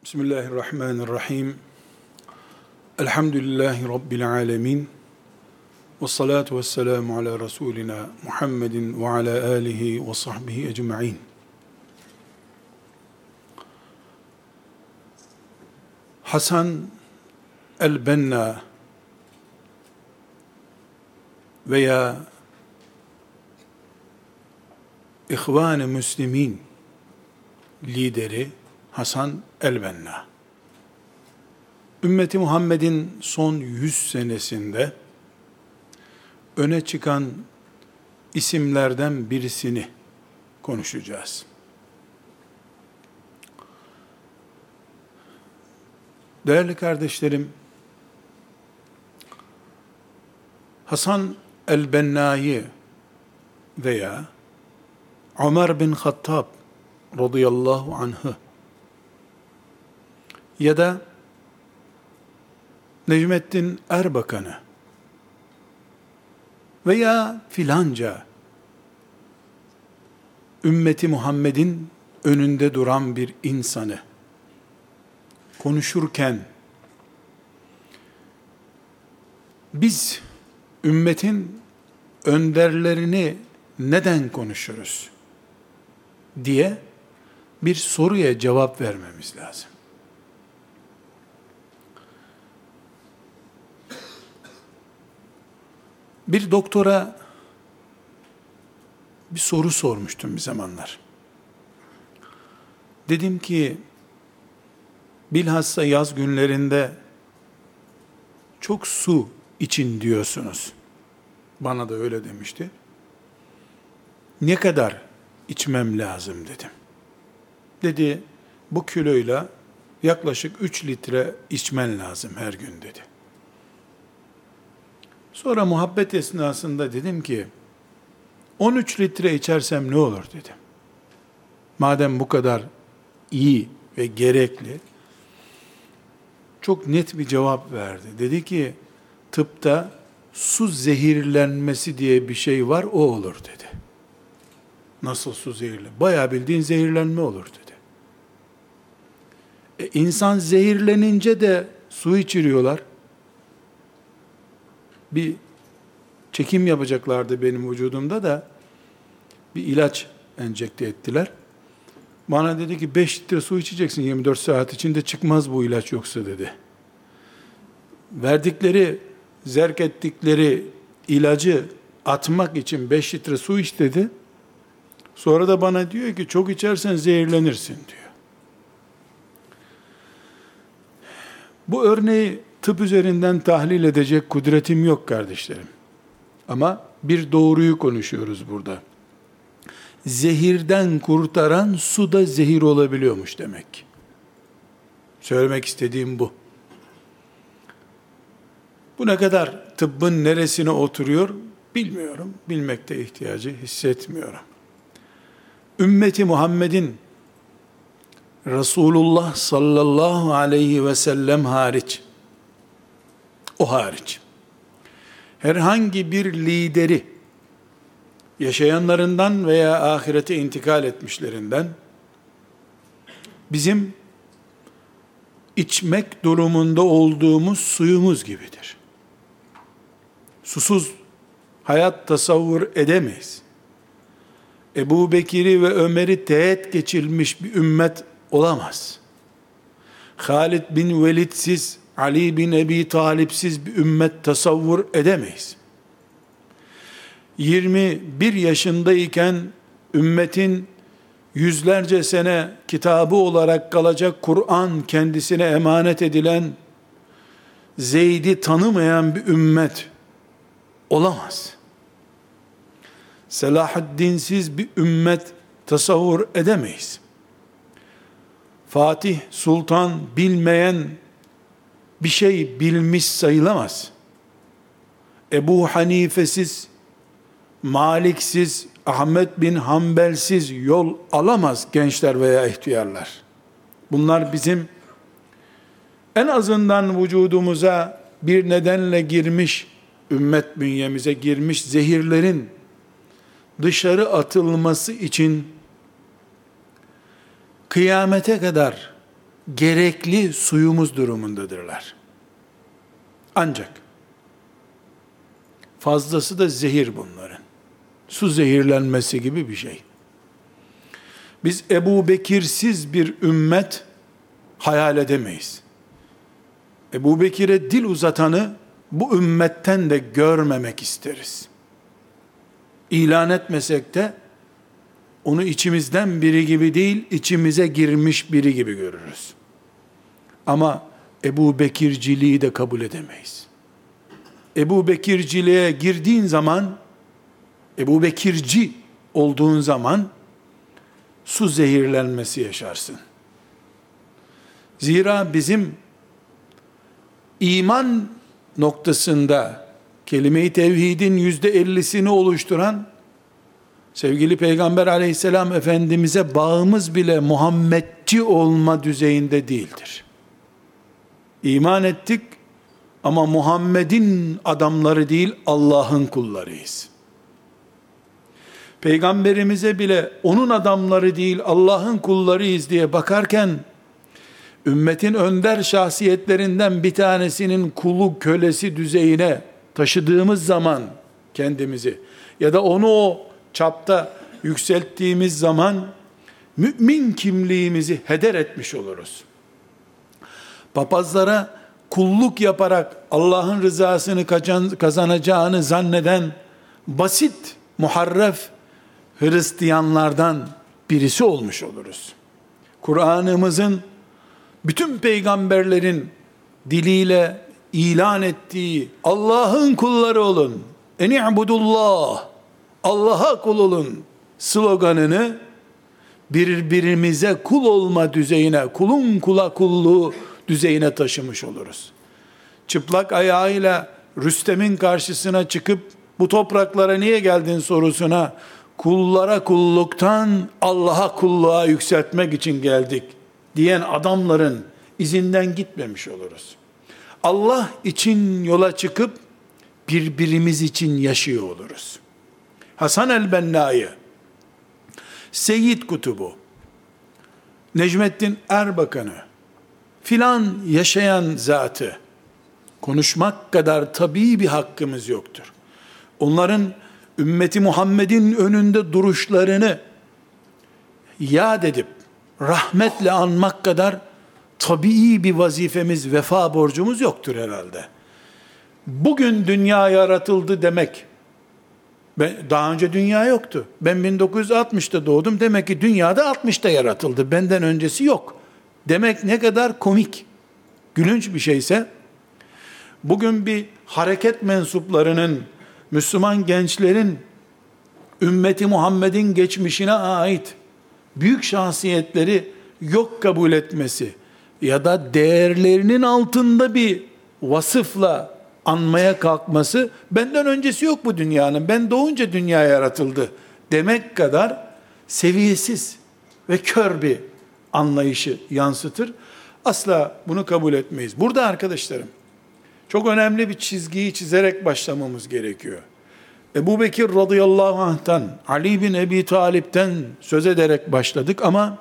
Bismillahirrahmanirrahim. Elhamdülillahi Rabbil alemin. Ve salatu ve selamu ala Resulina Muhammedin ve ala alihi ve sahbihi ecma'in. Hasan el-Benna veya İhvan-ı Müslimin lideri Hasan el-Benna, ümmeti Muhammed'in son 100 senesinde öne çıkan isimlerden birisini konuşacağız. Değerli kardeşlerim, Hasan el-Benna'yı veya Ömer bin Hattab radıyallahu anh'ı ya da Necmettin Erbakan'ı veya filanca ümmeti Muhammed'in önünde duran bir insanı konuşurken biz ümmetin önderlerini neden konuşuruz diye bir soruya cevap vermemiz lazım. Bir doktora bir soru sormuştum bir zamanlar. Dedim ki, bilhassa yaz günlerinde çok su için diyorsunuz. Bana da öyle demişti. Ne kadar içmem lazım dedim. Dedi, bu kiloyla yaklaşık 3 litre içmen lazım her gün dedi. Sonra muhabbet esnasında dedim ki, 13 litre içersem ne olur dedim. Madem bu kadar iyi ve gerekli, çok net bir cevap verdi. Dedi ki, tıpta su zehirlenmesi diye bir şey var, o olur dedi. Nasıl su zehirlenme? Bayağı bildiğin zehirlenme olur dedi. İnsan zehirlenince de su içiriyorlar. Bir çekim yapacaklardı benim vücudumda da bir ilaç enjekte ettiler. Bana dedi ki 5 litre su içeceksin 24 saat içinde, çıkmaz bu ilaç yoksa dedi. Verdikleri, zerk ettikleri ilacı atmak için 5 litre su iç dedi. Sonra da bana diyor ki çok içersen zehirlenirsin diyor. Bu örneği tıp üzerinden tahlil edecek kudretim yok kardeşlerim. Ama bir doğruyu konuşuyoruz burada. Zehirden kurtaran su da zehir olabiliyormuş demek. Söylemek istediğim bu. Bu ne kadar tıbbın neresine oturuyor bilmiyorum. Bilmekte ihtiyacı hissetmiyorum. Ümmeti Muhammed'in Resulullah sallallahu aleyhi ve sellem hariç, o hariç, herhangi bir lideri, yaşayanlarından veya ahirete intikal etmişlerinden, bizim içmek durumunda olduğumuz suyumuz gibidir. Susuz hayat tasavvur edemeyiz. Ebu Bekir'i ve Ömer'i teğet geçilmiş bir ümmet olamaz. Halid bin Velid'siz, Ali bin Ebi Talip'siz bir ümmet tasavvur edemeyiz. 21 yaşındayken ümmetin yüzlerce sene kitabı olarak kalacak Kur'an kendisine emanet edilen, Zeyd'i tanımayan bir ümmet olamaz. Selahaddinsiz bir ümmet tasavvur edemeyiz. Fatih Sultan bilmeyen bir şey bilmiş sayılamaz. Ebu Hanifesiz, Maliksiz, Ahmet bin Hanbelsiz yol alamaz gençler veya ihtiyarlar. Bunlar bizim en azından vücudumuza bir nedenle girmiş, ümmet bünyemize girmiş zehirlerin dışarı atılması için kıyamete kadar gerekli suyumuz durumundadırlar. Ancak fazlası da zehir bunların. Su zehirlenmesi gibi bir şey. Biz Ebu Bekir'siz bir ümmet hayal edemeyiz. Ebu Bekir'e dil uzatanı bu ümmetten de görmemek isteriz. İlan etmesek de onu içimizden biri gibi değil, içimize girmiş biri gibi görürüz. Ama Ebu Bekirciliği de kabul edemeyiz. Ebu Bekirciliğe girdiğin zaman, Ebu Bekirci olduğun zaman su zehirlenmesi yaşarsın. Zira bizim iman noktasında kelime-i tevhidin %50'sini oluşturan sevgili Peygamber aleyhisselam Efendimiz'e bağımız bile Muhammedci olma düzeyinde değildir. İman ettik ama Muhammed'in adamları değil, Allah'ın kullarıyız. Peygamberimize bile onun adamları değil, Allah'ın kullarıyız diye bakarken, ümmetin önder şahsiyetlerinden bir tanesinin kulu, kölesi düzeyine taşıdığımız zaman kendimizi ya da onu o çapta yükselttiğimiz zaman mümin kimliğimizi heder etmiş oluruz. Papazlara kulluk yaparak Allah'ın rızasını kazanacağını zanneden basit, muharref Hristiyanlardan birisi olmuş oluruz. Kur'an'ımızın bütün peygamberlerin diliyle ilan ettiği Allah'ın kulları olun, eni'budullah, Allah'a kul olun sloganını birbirimize kul olma düzeyine, kulun kula kulluğu düzeyine taşımış oluruz. Çıplak ayağıyla Rüstem'in karşısına çıkıp bu topraklara niye geldin sorusuna kullara kulluktan Allah'a kulluğa yükseltmek için geldik diyen adamların izinden gitmemiş oluruz. Allah için yola çıkıp birbirimiz için yaşıyor oluruz. Hasan el-Benna'yı, Seyyid Kutub'u, Necmettin Erbakan'ı, filan yaşayan zatı konuşmak kadar tabii bir hakkımız yoktur. Onların ümmeti Muhammed'in önünde duruşlarını yad edip rahmetle anmak kadar tabii bir vazifemiz, vefa borcumuz yoktur herhalde. Bugün dünya yaratıldı demek, daha önce dünya yoktu. Ben 1960'ta doğdum, demek ki dünyada 60'ta yaratıldı, benden öncesi yok demek ne kadar komik, gülünç bir şeyse, bugün bir hareket mensuplarının, Müslüman gençlerin ümmeti Muhammed'in geçmişine ait büyük şahsiyetleri yok kabul etmesi ya da değerlerinin altında bir vasıfla anmaya kalkması, benden öncesi yok bu dünyanın, ben doğunca dünya yaratıldı demek kadar seviyesiz ve kör bir anlayışı yansıtır. Asla bunu kabul etmeyiz. Burada arkadaşlarım, çok önemli bir çizgiyi çizerek başlamamız gerekiyor. Ebu Bekir radıyallahu anh'tan, Ali bin Ebi Talip'ten söz ederek başladık ama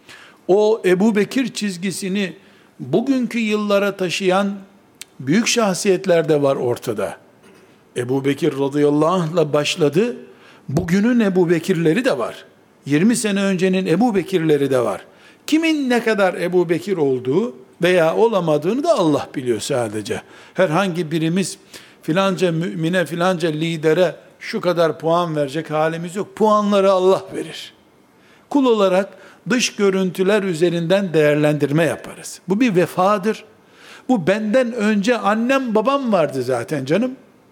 o Ebu Bekir çizgisini bugünkü yıllara taşıyan büyük şahsiyetler de var ortada. Ebu Bekir radıyallahu anh'la başladı, bugünün Ebu Bekirleri de var. 20 sene öncenin Ebu Bekirleri de var. Kimin ne kadar Ebu Bekir olduğu veya olamadığını da Allah biliyor sadece. Herhangi birimiz filanca mümine, filanca lidere şu kadar puan verecek halimiz yok. Puanları Allah verir. Kul olarak dış görüntüler üzerinden değerlendirme yaparız. Bu bir vefadır. Bu benden önce annem babam vardı zaten canım.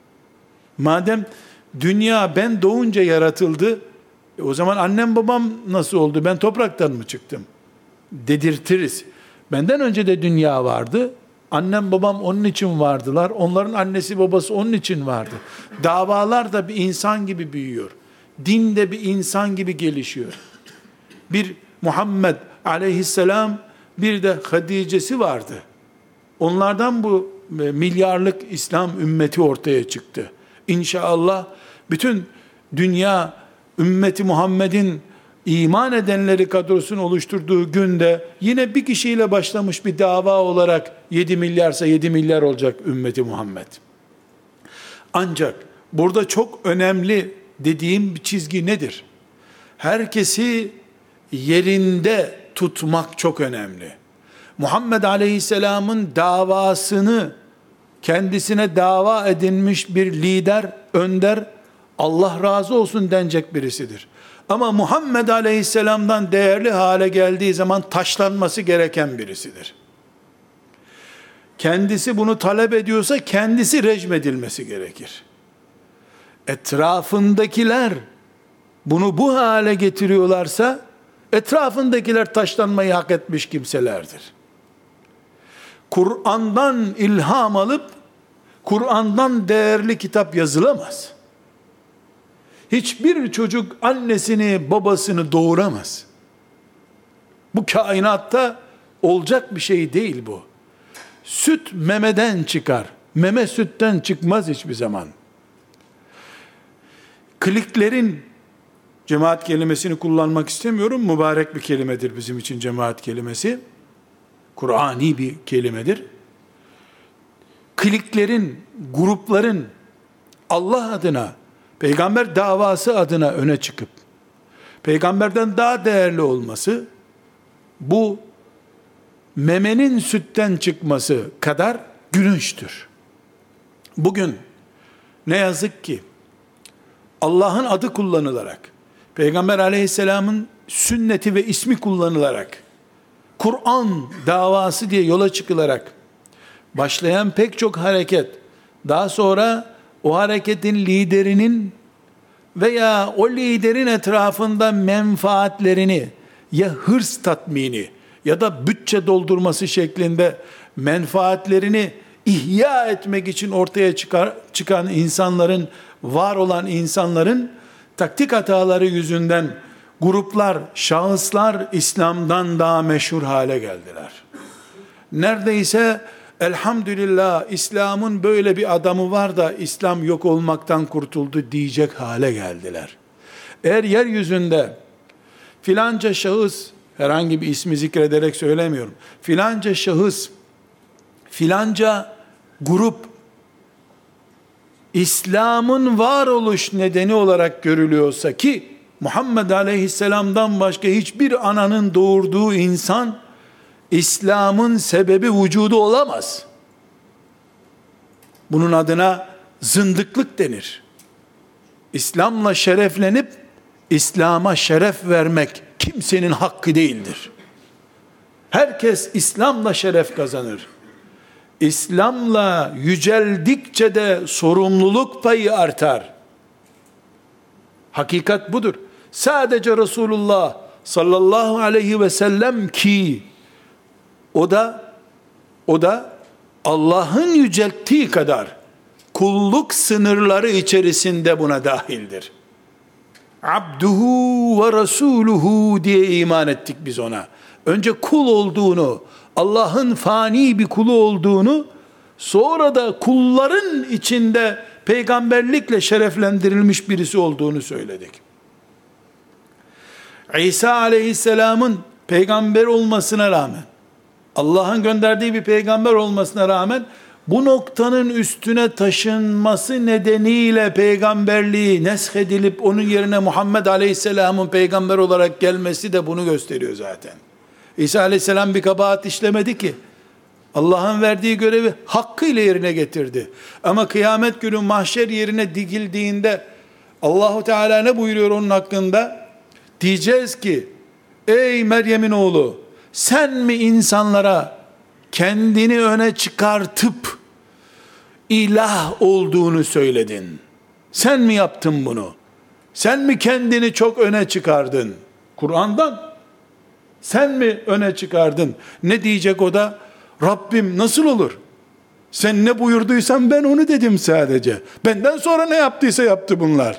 Madem dünya ben doğunca yaratıldı, o zaman annem babam nasıl oldu? Ben topraktan mı çıktım? Dedirtiriz. Benden önce de dünya vardı. Annem babam onun için vardılar. Onların annesi babası onun için vardı. Davalar da bir insan gibi büyüyor. Din de bir insan gibi gelişiyor. Bir Muhammed aleyhisselam, bir de Hadice'si vardı. Onlardan bu milyarlık İslam ümmeti ortaya çıktı. İnşallah bütün dünya ümmeti Muhammed'in iman edenleri kadrosunu oluşturduğu günde yine bir kişiyle başlamış bir dava olarak 7 milyarsa 7 milyar olacak ümmeti Muhammed. Ancak burada çok önemli dediğim bir çizgi nedir? Herkesi yerinde tutmak çok önemli. Muhammed Aleyhisselam'ın davasını kendisine dava edinmiş bir lider, önder, Allah razı olsun denecek birisidir. Ama Muhammed Aleyhisselam'dan değerli hale geldiği zaman taşlanması gereken birisidir. Kendisi bunu talep ediyorsa kendisi recmedilmesi gerekir. Etrafındakiler bunu bu hale getiriyorlarsa etrafındakiler taşlanmayı hak etmiş kimselerdir. Kur'an'dan ilham alıp Kur'an'dan değerli kitap yazılamaz. Hiçbir çocuk annesini babasını doğuramaz. Bu kainatta olacak bir şey değil bu. Süt memeden çıkar. Meme sütten çıkmaz hiçbir zaman. Kliklerin, cemaat kelimesini kullanmak istemiyorum. Mübarek bir kelimedir bizim için cemaat kelimesi. Kur'ani bir kelimedir. Kliklerin, grupların Allah adına, peygamber davası adına öne çıkıp peygamberden daha değerli olması, bu memenin sütten çıkması kadar gülünçtür. Bugün ne yazık ki Allah'ın adı kullanılarak, Peygamber aleyhisselamın sünneti ve ismi kullanılarak, Kur'an davası diye yola çıkılarak başlayan pek çok hareket, daha sonra o hareketin liderinin veya o liderin etrafında menfaatlerini, ya hırs tatmini ya da bütçe doldurması şeklinde menfaatlerini ihya etmek için ortaya çıkan insanların, var olan insanların taktik hataları yüzünden gruplar, şahıslar İslam'dan daha meşhur hale geldiler. Neredeyse elhamdülillah İslam'ın böyle bir adamı var da İslam yok olmaktan kurtuldu diyecek hale geldiler. Eğer yeryüzünde filanca şahıs, herhangi bir ismi zikrederek söylemiyorum, filanca şahıs, filanca grup İslam'ın varoluş nedeni olarak görülüyorsa ki Muhammed Aleyhisselam'dan başka hiçbir ananın doğurduğu insan İslam'ın sebebi vücudu olamaz. Bunun adına zındıklık denir. İslam'la şereflenip İslam'a şeref vermek kimsenin hakkı değildir. Herkes İslam'la şeref kazanır. İslam'la yüceldikçe de sorumluluk payı artar. Hakikat budur. Sadece Resulullah sallallahu aleyhi ve sellem ki o da Allah'ın yücelttiği kadar kulluk sınırları içerisinde buna dahildir. Abduhu ve rasuluhu diye iman ettik biz ona. Önce kul olduğunu, Allah'ın fani bir kulu olduğunu, sonra da kulların içinde peygamberlikle şereflendirilmiş birisi olduğunu söyledik. İsa aleyhisselamın peygamber olmasına rağmen, Allah'ın gönderdiği bir peygamber olmasına rağmen, bu noktanın üstüne taşınması nedeniyle peygamberliği neshedilip onun yerine Muhammed Aleyhisselam'ın peygamber olarak gelmesi de bunu gösteriyor zaten. İsa Aleyhisselam bir kabahat işlemedi ki. Allah'ın verdiği görevi hakkıyla yerine getirdi. Ama kıyamet günü mahşer yerine dikildiğinde Allahu Teala ne buyuruyor onun hakkında? Diyeceğiz ki, ey Meryem'in oğlu, sen mi insanlara kendini öne çıkartıp ilah olduğunu söyledin? Sen mi yaptın bunu? Sen mi kendini çok öne çıkardın? Kur'an'dan. Sen mi öne çıkardın? Ne diyecek o da? Rabbim nasıl olur? Sen ne buyurduysan ben onu dedim sadece. Benden sonra ne yaptıysa yaptı bunlar.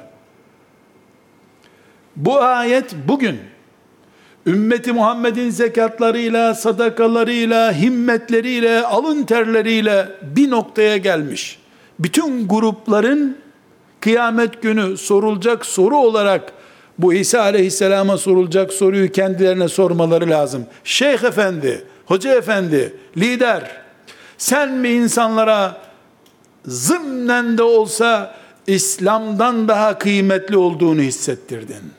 Bu ayet bugün ümmeti Muhammed'in zekatlarıyla, sadakalarıyla, himmetleriyle, alın terleriyle bir noktaya gelmiş. Bütün grupların kıyamet günü sorulacak soru olarak Bu İsa aleyhisselama sorulacak soruyu kendilerine sormaları lazım. Şeyh efendi, hoca efendi, lider, sen mi insanlara zımnen de olsa İslam'dan daha kıymetli olduğunu hissettirdin?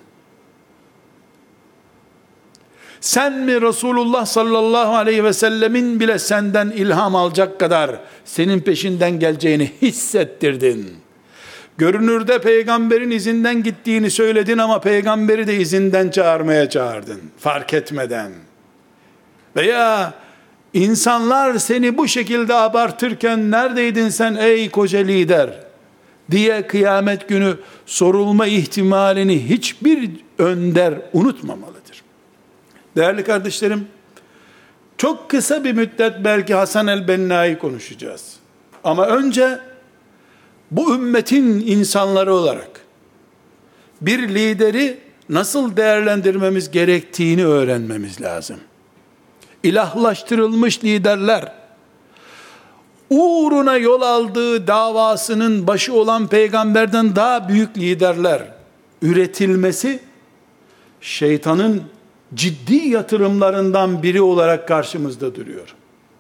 Sen mi Resulullah sallallahu aleyhi ve sellemin bile senden ilham alacak kadar senin peşinden geleceğini hissettirdin? Görünürde peygamberin izinden gittiğini söyledin ama peygamberi de izinden çağırmaya çağırdın, fark etmeden. Veya insanlar seni bu şekilde abartırken neredeydin sen ey koca lider diye kıyamet günü sorulma ihtimalini hiçbir önder unutmamalıdır. Değerli kardeşlerim, çok kısa bir müddet belki Hasan el-Benna'yı konuşacağız. Ama önce bu ümmetin insanları olarak bir lideri nasıl değerlendirmemiz gerektiğini öğrenmemiz lazım. İlahlaştırılmış liderler, uğruna yol aldığı davasının başı olan peygamberden daha büyük liderler üretilmesi, şeytanın ciddi yatırımlarından biri olarak karşımızda duruyor.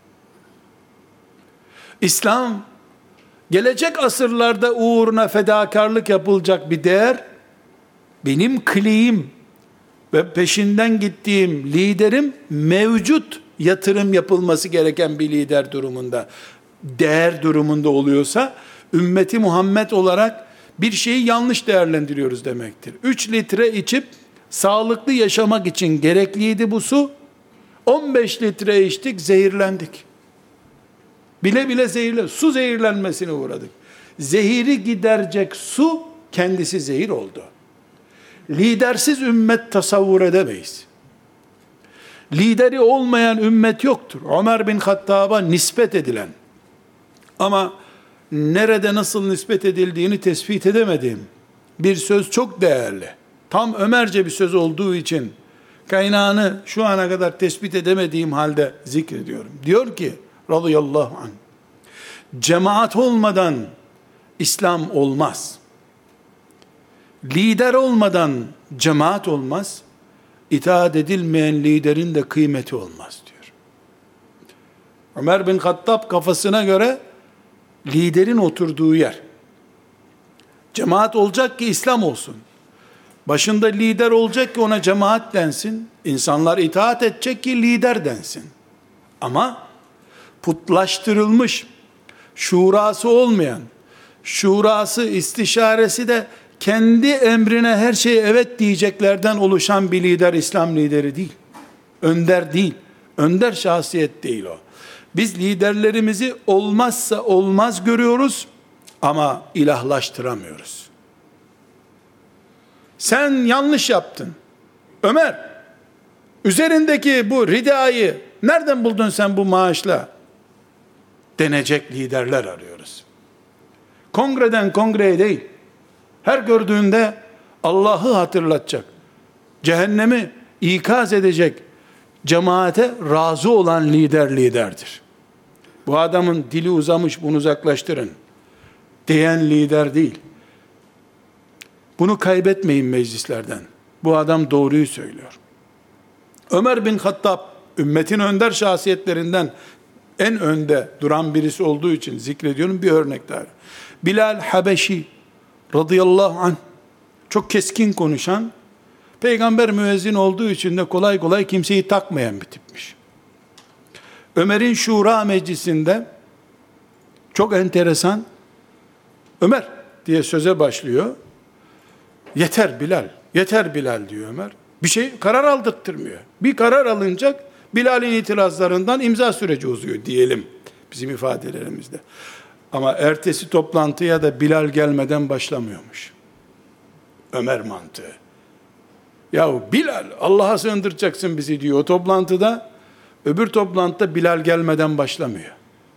İslam, gelecek asırlarda uğruna fedakarlık yapılacak bir değer, benim kliğim ve peşinden gittiğim liderim mevcut yatırım yapılması gereken bir lider durumunda, değer durumunda oluyorsa, ümmeti Muhammed olarak bir şeyi yanlış değerlendiriyoruz demektir. 3 litre içip sağlıklı yaşamak için gerekliydi bu su. 15 litre içtik, zehirlendik. Bile bile su zehirlenmesine uğradık. Zehiri giderecek su kendisi zehir oldu. Lidersiz ümmet tasavvur edemeyiz. Lideri olmayan ümmet yoktur. Ömer bin Hattab'a nispet edilen ama nerede nasıl nispet edildiğini tespit edemediğim bir söz çok değerli. Tam Ömerce bir söz olduğu için kaynağını şu ana kadar tespit edemediğim halde zikrediyorum. Diyor ki radıyallahu anh, cemaat olmadan İslam olmaz. Lider olmadan cemaat olmaz. İtaat edilmeyen liderin de kıymeti olmaz diyor. Ömer bin Hattab kafasına göre liderin oturduğu yer. Cemaat olacak ki İslam olsun. Başında lider olacak ki ona cemaat densin. İnsanlar itaat edecek ki lider densin. Ama putlaştırılmış, şurası olmayan, şurası, istişaresi de kendi emrine her şeye evet diyeceklerden oluşan bir lider İslam lideri değil. Önder değil. Önder şahsiyet değil o. Biz liderlerimizi olmazsa olmaz görüyoruz ama ilahlaştıramıyoruz. Sen yanlış yaptın. Ömer, üzerindeki bu ridayı nereden buldun sen bu maaşla? Denecek liderler arıyoruz. Kongreden kongreye değil, her gördüğünde Allah'ı hatırlatacak, cehennemi ikaz edecek, cemaate razı olan liderdir. Bu adamın dili uzamış, bunu uzaklaştırın diyen lider değil. Bunu kaybetmeyin meclislerden. Bu adam doğruyu söylüyor. Ömer bin Hattab, ümmetin önder şahsiyetlerinden en önde duran birisi olduğu için zikrediyorum, bir örnek daha. Bilal Habeşi radıyallahu anh, çok keskin konuşan, peygamber müezzin olduğu için de kolay kolay kimseyi takmayan bir tipmiş. Ömer'in şura meclisinde çok enteresan, Ömer diye söze başlıyor. Yeter Bilal, yeter Bilal diyor Ömer. Bir şey karar aldırtmıyor. Bir karar alınacak, Bilal'in itirazlarından imza süreci uzuyor diyelim bizim ifadelerimizde. Ama ertesi toplantıya da Bilal gelmeden başlamıyormuş. Ömer mantığı. Yahu Bilal, Allah'a sığındıracaksın bizi diyor o toplantıda. Öbür toplantıda Bilal gelmeden başlamıyor.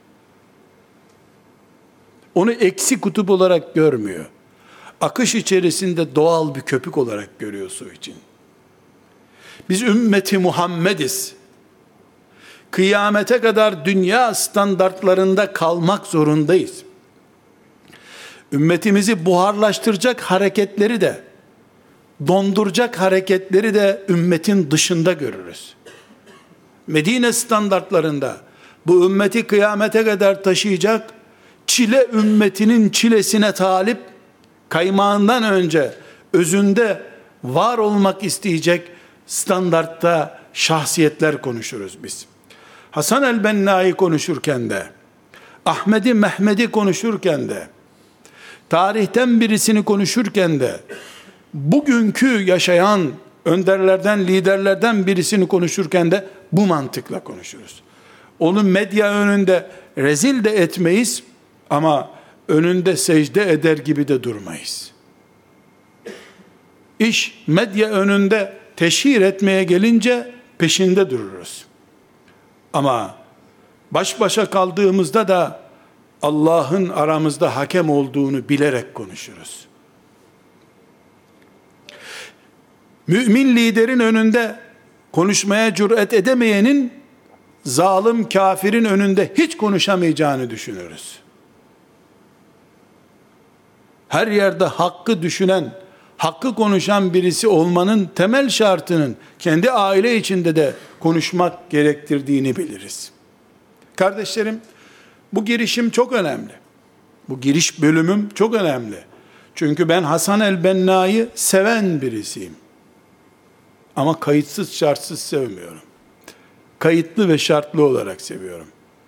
Onu eksi kutup olarak görmüyor. Akış içerisinde doğal bir köpük olarak görüyor su için. Biz ümmeti Muhammediz. Kıyamete kadar dünya standartlarında kalmak zorundayız. Ümmetimizi buharlaştıracak hareketleri de donduracak hareketleri de ümmetin dışında görürüz. Medine standartlarında bu ümmeti kıyamete kadar taşıyacak, çile ümmetinin çilesine talip, kaymağından önce özünde var olmak isteyecek standartta şahsiyetler konuşuruz biz. Hasan el-Benna'yı konuşurken de, Ahmed'i Mehmed'i konuşurken de, tarihten birisini konuşurken de, bugünkü yaşayan önderlerden, liderlerden birisini konuşurken de bu mantıkla konuşuruz. Onu medya önünde rezil de etmeyiz ama önünde secde eder gibi de durmayız. İş medya önünde teşhir etmeye gelince peşinde dururuz. Ama baş başa kaldığımızda da Allah'ın aramızda hakem olduğunu bilerek konuşuruz. Mümin liderin önünde konuşmaya cüret edemeyenin, zalim kafirin önünde hiç konuşamayacağını düşünürüz. Her yerde hakkı düşünen, hakkı konuşan birisi olmanın temel şartının kendi aile içinde de konuşmak gerektirdiğini biliriz. Kardeşlerim, bu girişim çok önemli. Bu giriş bölümüm çok önemli. Çünkü ben Hasan el-Benna'yı seven birisiyim. Ama kayıtsız şartsız sevmiyorum. Kayıtlı ve şartlı olarak seviyorum.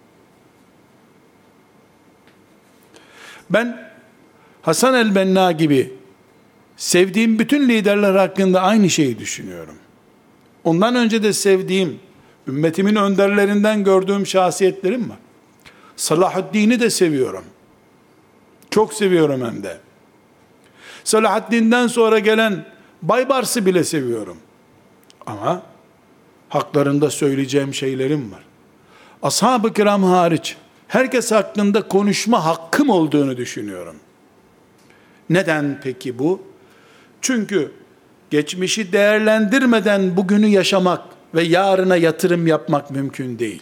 Ben Hasan el-Benna gibi sevdiğim bütün liderler hakkında aynı şeyi düşünüyorum. Ondan önce de sevdiğim, ümmetimin önderlerinden gördüğüm şahsiyetlerim var. Salahaddin'i de seviyorum. Çok seviyorum hem de. Salahaddin'den sonra gelen Baybars'ı bile seviyorum. Ama haklarında söyleyeceğim şeylerim var. Ashab-ı kiram hariç herkes hakkında konuşma hakkım olduğunu düşünüyorum. Neden peki bu? Çünkü geçmişi değerlendirmeden bugünü yaşamak ve yarına yatırım yapmak mümkün değil.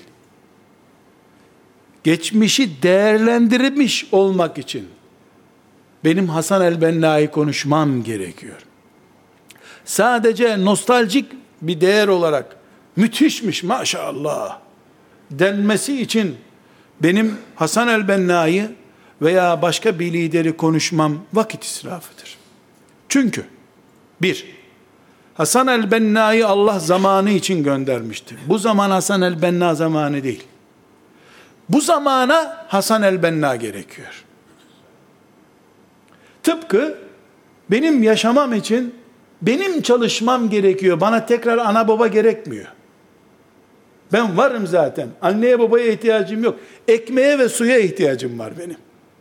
Geçmişi değerlendirmiş olmak için benim Hasan el-Benna'yı konuşmam gerekiyor. Sadece nostaljik bir değer olarak müthişmiş maşallah denmesi için benim Hasan el-Benna'yı veya başka bir lideri konuşmam vakit israfıdır. Çünkü bir, Hasan el-Benna'yı Allah zamanı için göndermişti. Bu zaman Hasan el-Benna zamanı değil. Bu zamana Hasan el-Benna gerekiyor. Tıpkı benim yaşamam için benim çalışmam gerekiyor. Bana tekrar ana baba gerekmiyor. Ben varım zaten. Anneye babaya ihtiyacım yok. Ekmeğe ve suya ihtiyacım var benim.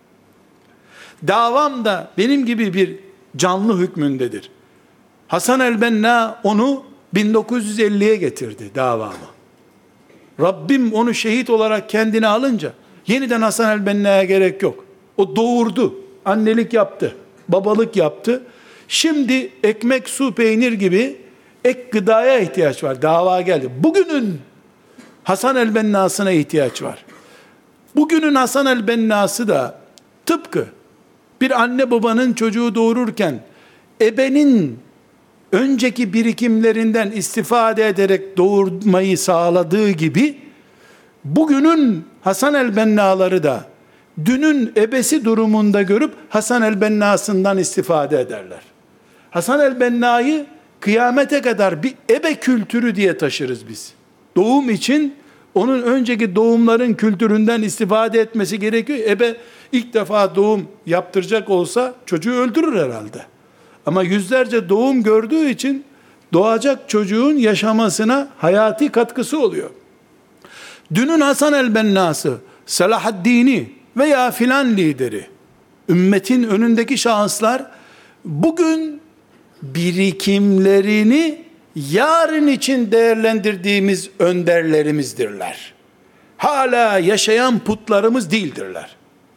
Davam da benim gibi bir canlı hükmündedir. Hasan el-Benna onu 1950'ye getirdi davamı. Rabbim onu şehit olarak kendine alınca yeniden Hasan el-Benna'ya gerek yok. O doğurdu, annelik yaptı, babalık yaptı. Şimdi ekmek, su, peynir gibi ek gıdaya ihtiyaç var. Dava geldi. Bugünün Hasan el-Benna'sına ihtiyaç var. Bugünün Hasan el-Benna'sı da tıpkı bir anne babanın çocuğu doğururken ebenin önceki birikimlerinden istifade ederek doğurmayı sağladığı gibi bugünün Hasan el-Benna'ları da dünün ebesi durumunda görüp Hasan el-Benna'sından istifade ederler. Hasan el-Benna'yı kıyamete kadar bir ebe kültürü diye taşırız biz. Doğum için onun önceki doğumların kültüründen istifade etmesi gerekiyor. Ebe ilk defa doğum yaptıracak olsa çocuğu öldürür herhalde. Ama yüzlerce doğum gördüğü için doğacak çocuğun yaşamasına hayati katkısı oluyor. Dünün Hasan el-Benna'sı, Salahaddin'i veya filan lideri, ümmetin önündeki şahıslar bugün birikimlerini yarın için değerlendirdiğimiz önderlerimizdirler. Hala yaşayan putlarımız değildirler.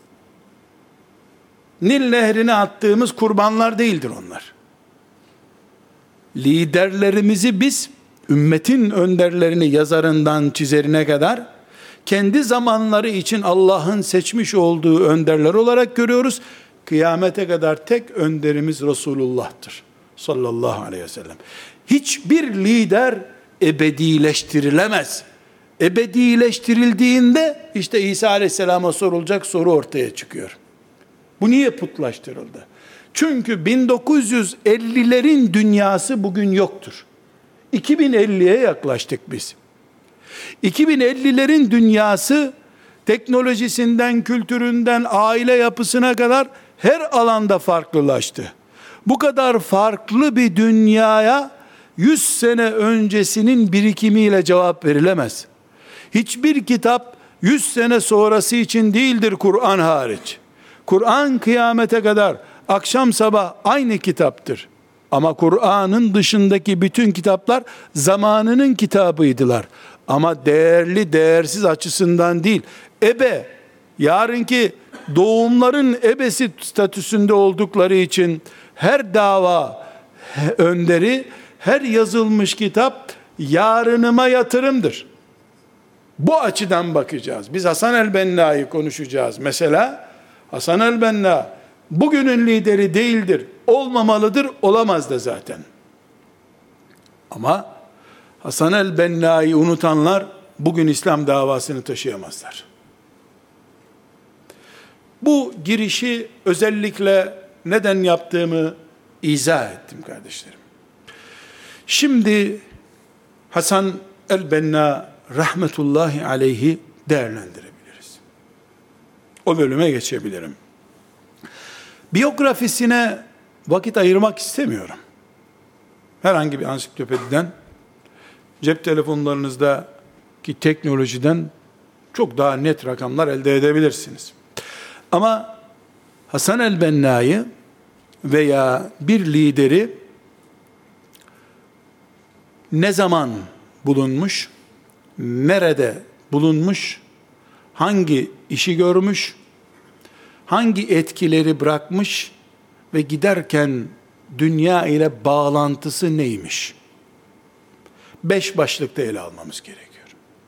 Nil nehrine attığımız kurbanlar değildir onlar. Liderlerimizi biz, ümmetin önderlerini yazarından çizerine kadar, kendi zamanları için Allah'ın seçmiş olduğu önderler olarak görüyoruz. Kıyamete kadar tek önderimiz Resulullah'tır. sallallahu aleyhi ve sellem. Hiçbir lider ebedileştirilemez. Ebedileştirildiğinde işte İsa aleyhisselama sorulacak soru ortaya çıkıyor. Bu niye putlaştırıldı? Çünkü 1950'lerin dünyası bugün yoktur. 2050'ye yaklaştık biz. 2050'lerin dünyası teknolojisinden, kültüründen, aile yapısına kadar her alanda farklılaştı. Bu kadar farklı bir dünyaya 100 sene öncesinin birikimiyle cevap verilemez. Hiçbir kitap 100 sene sonrası için değildir Kur'an hariç. Kur'an kıyamete kadar akşam sabah aynı kitaptır. Ama Kur'an'ın dışındaki bütün kitaplar zamanının kitabıydılar. Ama değerli değersiz açısından değil. Yarınki doğumların ebesi statüsünde oldukları için her dava önderi, her yazılmış kitap yarınıma yatırımdır. Bu açıdan bakacağız. Biz Hasan el-Benna'yı konuşacağız. Mesela Hasan el-Benna bugünün lideri değildir, olmamalıdır, olamaz da zaten. Ama Hasan el-Benna'yı unutanlar bugün İslam davasını taşıyamazlar. Bu girişi özellikle neden yaptığımı izah ettim kardeşlerim. Şimdi Hasan el-Benna rahmetullahi aleyhi değerlendirebiliriz. O bölüme geçebilirim. Biyografisine vakit ayırmak istemiyorum. Herhangi bir ansiklopediden, cep telefonlarınızdaki teknolojiden çok daha net rakamlar elde edebilirsiniz. Ama Hasan el-Benna'yı veya bir lideri ne zaman bulunmuş, nerede bulunmuş, hangi işi görmüş, hangi etkileri bırakmış ve giderken dünya ile bağlantısı neymiş? 5 başlıkta ele almamız gerekiyor.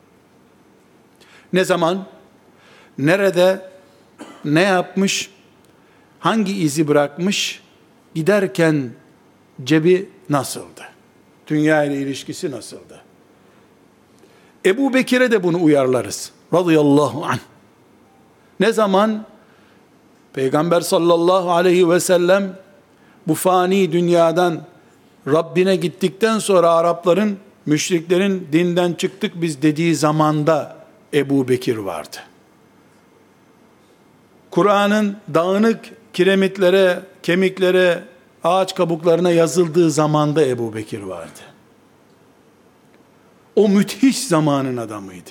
Ne zaman, nerede, ne yapmış, hangi izi bırakmış, giderken cebi nasıldı? Dünya ile ilişkisi nasıldı? Ebu Bekir'e de bunu uyarlarız. Radıyallahu anh. Ne zaman Peygamber sallallahu aleyhi ve sellem bu fani dünyadan Rabbine gittikten sonra Arapların, müşriklerin dinden çıktık biz dediği zamanda Ebu Bekir vardı. Kur'an'ın dağınık kiremitlere, kemiklere, ağaç kabuklarına yazıldığı zamanda Ebu Bekir vardı. O müthiş zamanın adamıydı.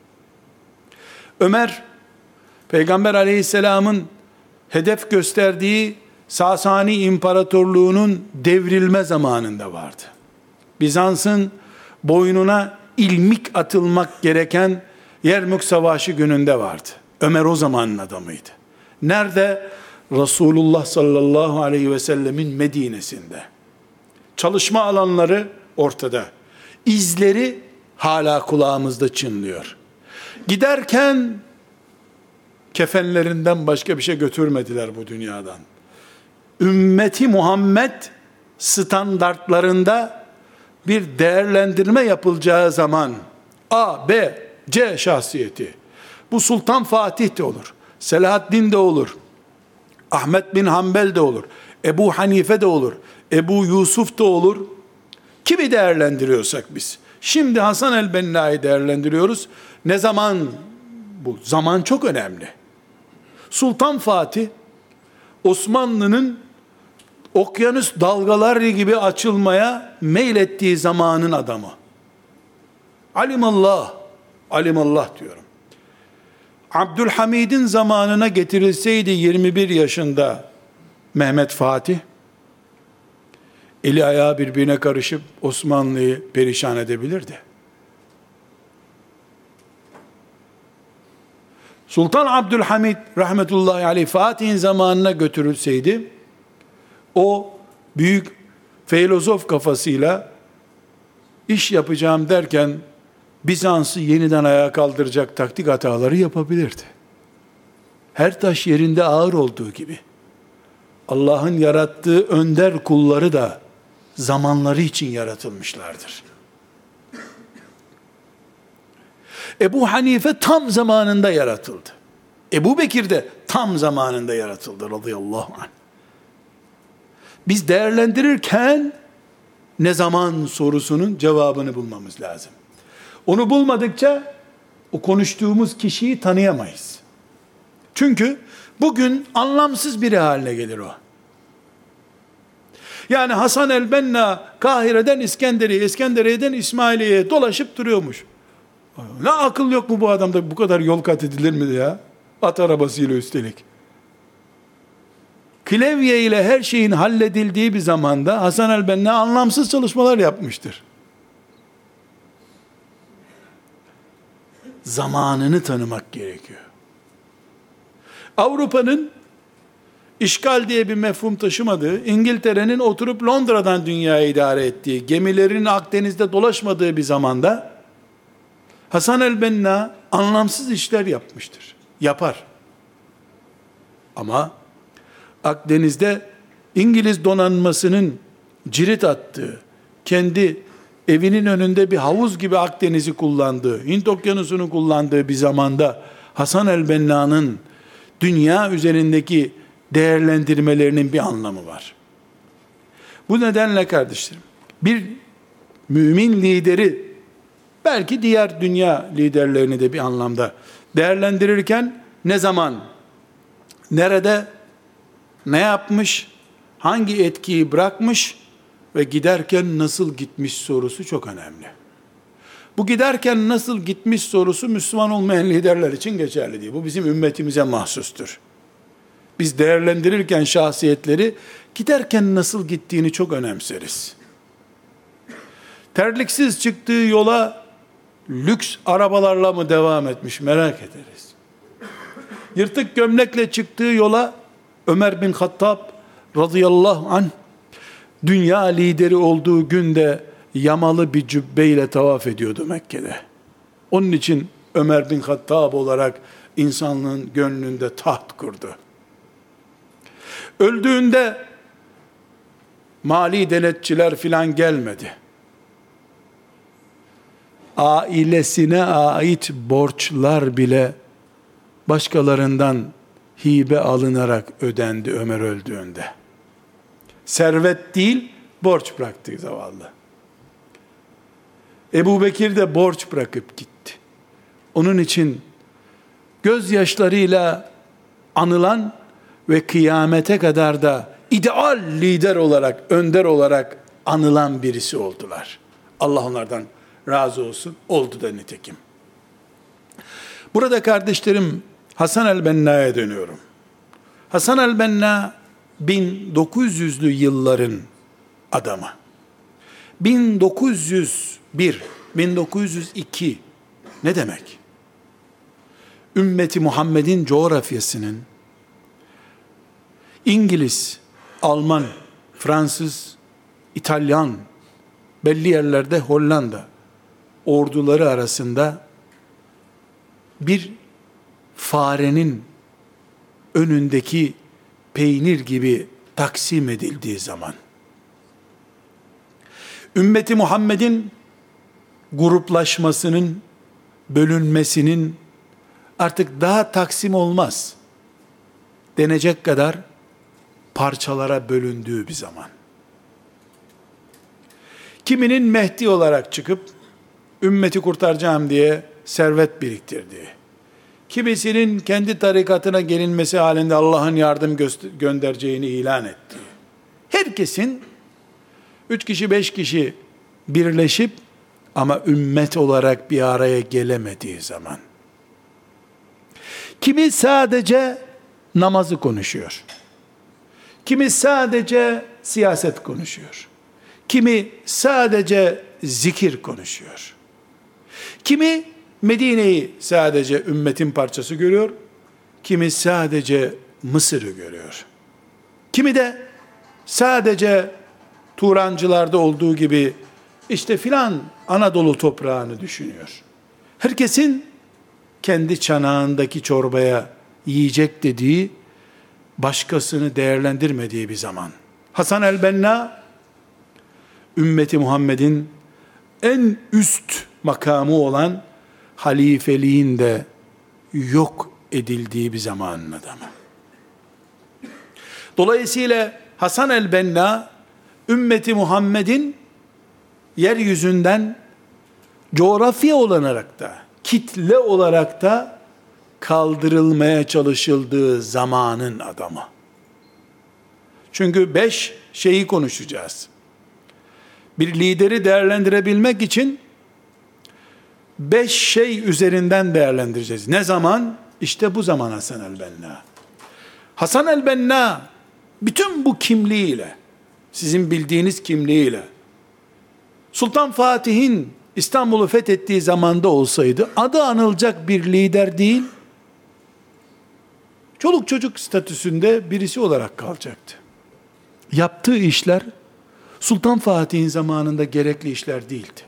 Ömer, Peygamber aleyhisselamın hedef gösterdiği Sasani İmparatorluğu'nun devrilme zamanında vardı. Bizans'ın boynuna ilmik atılmak gereken Yermük Savaşı gününde vardı. Ömer o zamanın adamıydı. Nerede? Resulullah sallallahu aleyhi ve sellemin Medine'sinde. Çalışma alanları ortada. İzleri hala kulağımızda çınlıyor. Giderken kefenlerinden başka bir şey götürmediler bu dünyadan. Ümmeti Muhammed standartlarında bir değerlendirme yapılacağı zaman A, B, C şahsiyeti. Bu Sultan Fatih de olur. Selahaddin de olur. Ahmet bin Hanbel de olur. Ebu Hanife de olur. Ebu Yusuf da olur. Kimi değerlendiriyorsak biz. Şimdi Hasan el-Benna'yı değerlendiriyoruz. Ne zaman? Bu zaman çok önemli. Sultan Fatih, Osmanlı'nın okyanus dalgaları gibi açılmaya meylettiği zamanın adamı. Alimallah, alimallah diyorum. Abdülhamid'in zamanına getirilseydi 21 yaşında Mehmet Fatih, eli ayağı birbirine karışıp Osmanlı'yı perişan edebilirdi. Sultan Abdülhamid rahmetullahi aleyh Fatih'in zamanına götürülseydi, o büyük filozof kafasıyla iş yapacağım derken Bizans'ı yeniden ayağa kaldıracak taktik hataları yapabilirdi. Her taş yerinde ağır olduğu gibi Allah'ın yarattığı önder kulları da zamanları için yaratılmışlardır. Ebu Hanife tam zamanında yaratıldı. Ebu Bekir de tam zamanında yaratıldı radıyallahu anh. Biz değerlendirirken ne zaman sorusunun cevabını bulmamız lazım. Onu bulmadıkça o konuştuğumuz kişiyi tanıyamayız. Çünkü bugün anlamsız biri haline gelir o. Yani Hasan el-Benna Kahire'den İskenderiye, İskenderiye'den İsmailiye'ye dolaşıp duruyormuş. Ne akıl yok mu bu adamda, bu kadar yol kat edilir mi ya? At arabasıyla üstelik. Klavye ile her şeyin halledildiği bir zamanda Hasan el-Benna anlamsız çalışmalar yapmıştır. Zamanını tanımak gerekiyor. Avrupa'nın işgal diye bir mefhum taşımadığı, İngiltere'nin oturup Londra'dan dünyayı idare ettiği, gemilerin Akdeniz'de dolaşmadığı bir zamanda Hasan el-Benna anlamsız işler yapmıştır. Yapar. Ama Akdeniz'de İngiliz donanmasının cirit attığı, kendi evinin önünde bir havuz gibi Akdeniz'i kullandığı, Hint Okyanusu'nu kullandığı bir zamanda Hasan el-Benna'nın dünya üzerindeki değerlendirmelerinin bir anlamı var. Bu nedenle kardeşlerim, bir mümin lideri, belki diğer dünya liderlerini de bir anlamda değerlendirirken ne zaman, nerede, ne yapmış, hangi etkiyi bırakmış ve giderken nasıl gitmiş sorusu çok önemli. Bu giderken nasıl gitmiş sorusu Müslüman olmayan liderler için geçerli değil. Bu bizim ümmetimize mahsustur. Biz değerlendirirken şahsiyetleri giderken nasıl gittiğini çok önemseriz. Terliksiz çıktığı yola lüks arabalarla mı devam etmiş merak ederiz. Yırtık gömlekle çıktığı yola Ömer bin Hattab radıyallahu anh dünya lideri olduğu günde yamalı bir cübbeyle tavaf ediyordu Mekke'de. Onun için Ömer bin Hattab olarak insanlığın gönlünde taht kurdu. Öldüğünde mali denetçiler filan gelmedi. Ailesine ait borçlar bile başkalarından hibe alınarak ödendi Ömer öldüğünde. Servet değil, borç bıraktı zavallı. Ebu Bekir de borç bırakıp gitti. Onun için gözyaşlarıyla anılan ve kıyamete kadar da ideal lider olarak, önder olarak anılan birisi oldular. Allah onlardan razı olsun. Oldu da nitekim. Burada kardeşlerim, Hasan el-Benna'ya dönüyorum. Hasan el-Benna 1900'lü yılların adamı. 1901, 1902 ne demek? Ümmeti Muhammed'in coğrafyasının İngiliz, Alman, Fransız, İtalyan, belli yerlerde Hollanda orduları arasında bir farenin önündeki peynir gibi taksim edildiği zaman, ümmeti Muhammed'in gruplaşmasının, bölünmesinin artık daha taksim olmaz denecek kadar parçalara bölündüğü bir zaman. Kiminin Mehdi olarak çıkıp ümmeti kurtaracağım diye servet biriktirdiği, kimisinin kendi tarikatına gelinmesi halinde Allah'ın yardım göndereceğini ilan ettiği, herkesin 3 kişi 5 kişi birleşip ama ümmet olarak bir araya gelemediği zaman, kimi sadece namazı konuşuyor, kimi sadece siyaset konuşuyor, kimi sadece zikir konuşuyor, kimi Medine'yi sadece ümmetin parçası görüyor, kimi sadece Mısır'ı görüyor, kimi de sadece Turancılarda olduğu gibi işte filan Anadolu toprağını düşünüyor. Herkesin kendi çanağındaki çorbaya yiyecek dediği, başkasını değerlendirmediği bir zaman. Hasan el-Benna ümmeti Muhammed'in en üst makamı olan halifeliğin de yok edildiği bir zamanın adamı. Dolayısıyla Hasan el-Benna, ümmeti Muhammed'in yeryüzünden coğrafya olarak da, kitle olarak da kaldırılmaya çalışıldığı zamanın adamı. Çünkü 5 şeyi konuşacağız. Bir lideri değerlendirebilmek için 5 şey üzerinden değerlendireceğiz. Ne zaman? İşte bu zaman Hasan el-Benna. Hasan el-Benna bütün bu kimliğiyle, sizin bildiğiniz kimliğiyle, Sultan Fatih'in İstanbul'u fethettiği zamanda olsaydı, adı anılacak bir lider değil, çoluk çocuk statüsünde birisi olarak kalacaktı. Yaptığı işler, Sultan Fatih'in zamanında gerekli işler değildi.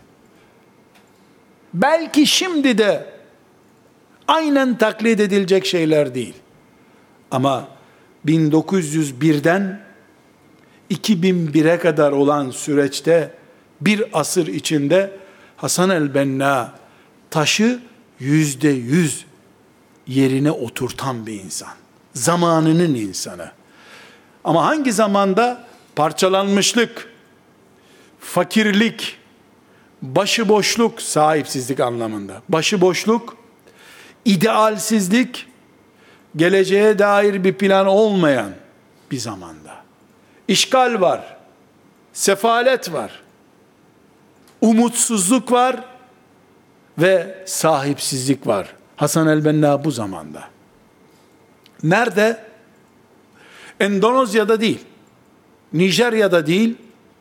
Belki şimdi de aynen taklit edilecek şeyler değil. Ama 1901'den 2001'e kadar olan süreçte, bir asır içinde Hasan el-Benna taşı %100 yerine oturtan bir insan. Zamanının insanı. Ama hangi zamanda? Parçalanmışlık, fakirlik, başıboşluk, sahipsizlik anlamında. Başıboşluk, idealsizlik, geleceğe dair bir plan olmayan bir zamanda. İşgal var, sefalet var, umutsuzluk var ve sahipsizlik var. Hasan el-Benna bu zamanda. Nerede? Endonezya'da değil, Nijerya'da değil,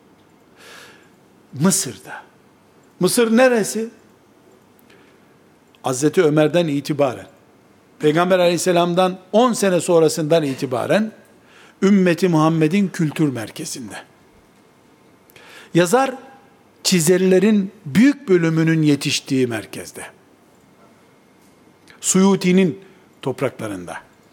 Mısır'da. Mısır neresi? Hazreti Ömer'den itibaren, Peygamber aleyhisselamdan 10 sene sonrasından itibaren, ümmeti Muhammed'in kültür merkezinde. Yazar, çizerlerin büyük bölümünün yetiştiği merkezde. Suyuti'nin topraklarında.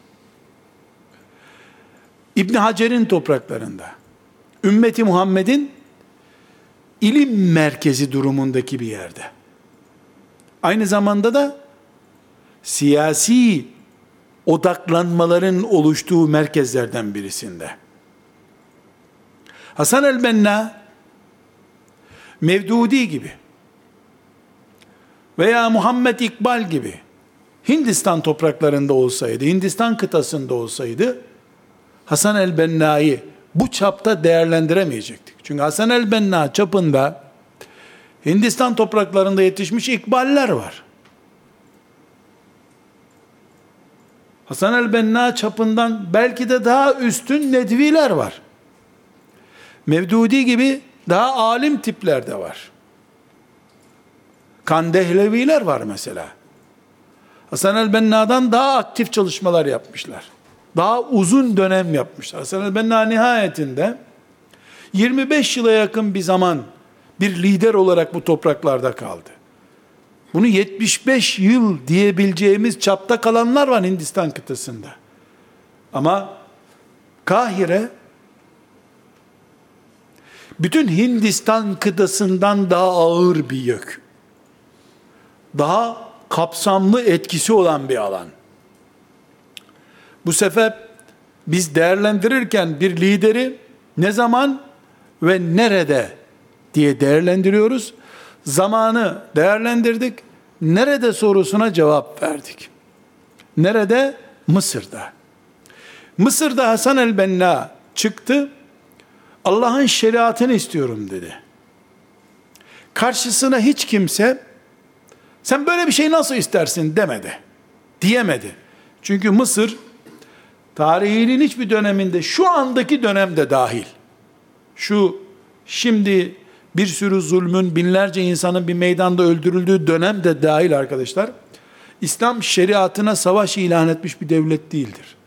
İbn Hacer'in topraklarında. Ümmeti Muhammed'in ilim merkezi durumundaki bir yerde. Aynı zamanda da siyasi odaklanmaların oluştuğu merkezlerden birisinde. Hasan el-Benna, Mevdudi gibi veya Muhammed İkbal gibi Hindistan topraklarında olsaydı, Hindistan kıtasında olsaydı, Hasan el-Benna'yı bu çapta değerlendiremeyecektik. Çünkü Hasan el-Benna çapında Hindistan topraklarında yetişmiş ikballer var. Hasan el-Benna çapından belki de daha üstün nedviler var. Mevdudi gibi daha alim tipler de var. Kandehleviler var mesela. Hasan el-Benna'dan daha aktif çalışmalar yapmışlar. Daha uzun dönem yapmışlar. Hasan el-Benna nihayetinde 25 yıla yakın bir zaman bir lider olarak bu topraklarda kaldı. Bunu 75 yıl diyebileceğimiz çapta kalanlar var Hindistan kıtasında. Ama Kahire bütün Hindistan kıtasından daha ağır bir yük. Daha kapsamlı etkisi olan bir alan. Bu sefer biz değerlendirirken bir lideri ne zaman ve nerede diye değerlendiriyoruz. Zamanı değerlendirdik. Nerede sorusuna cevap verdik. Nerede? Mısır'da. Mısır'da Hasan el-Benna çıktı. Allah'ın şeriatını istiyorum dedi. Karşısına hiç kimse sen böyle bir şey nasıl istersin demedi. Diyemedi. Çünkü Mısır tarihinin hiçbir döneminde, şu andaki dönemde dahil, şu şimdi bir sürü zulmün, binlerce insanın bir meydanda öldürüldüğü dönemde dahil arkadaşlar, İslam şeriatına savaş ilan etmiş bir devlet değildir.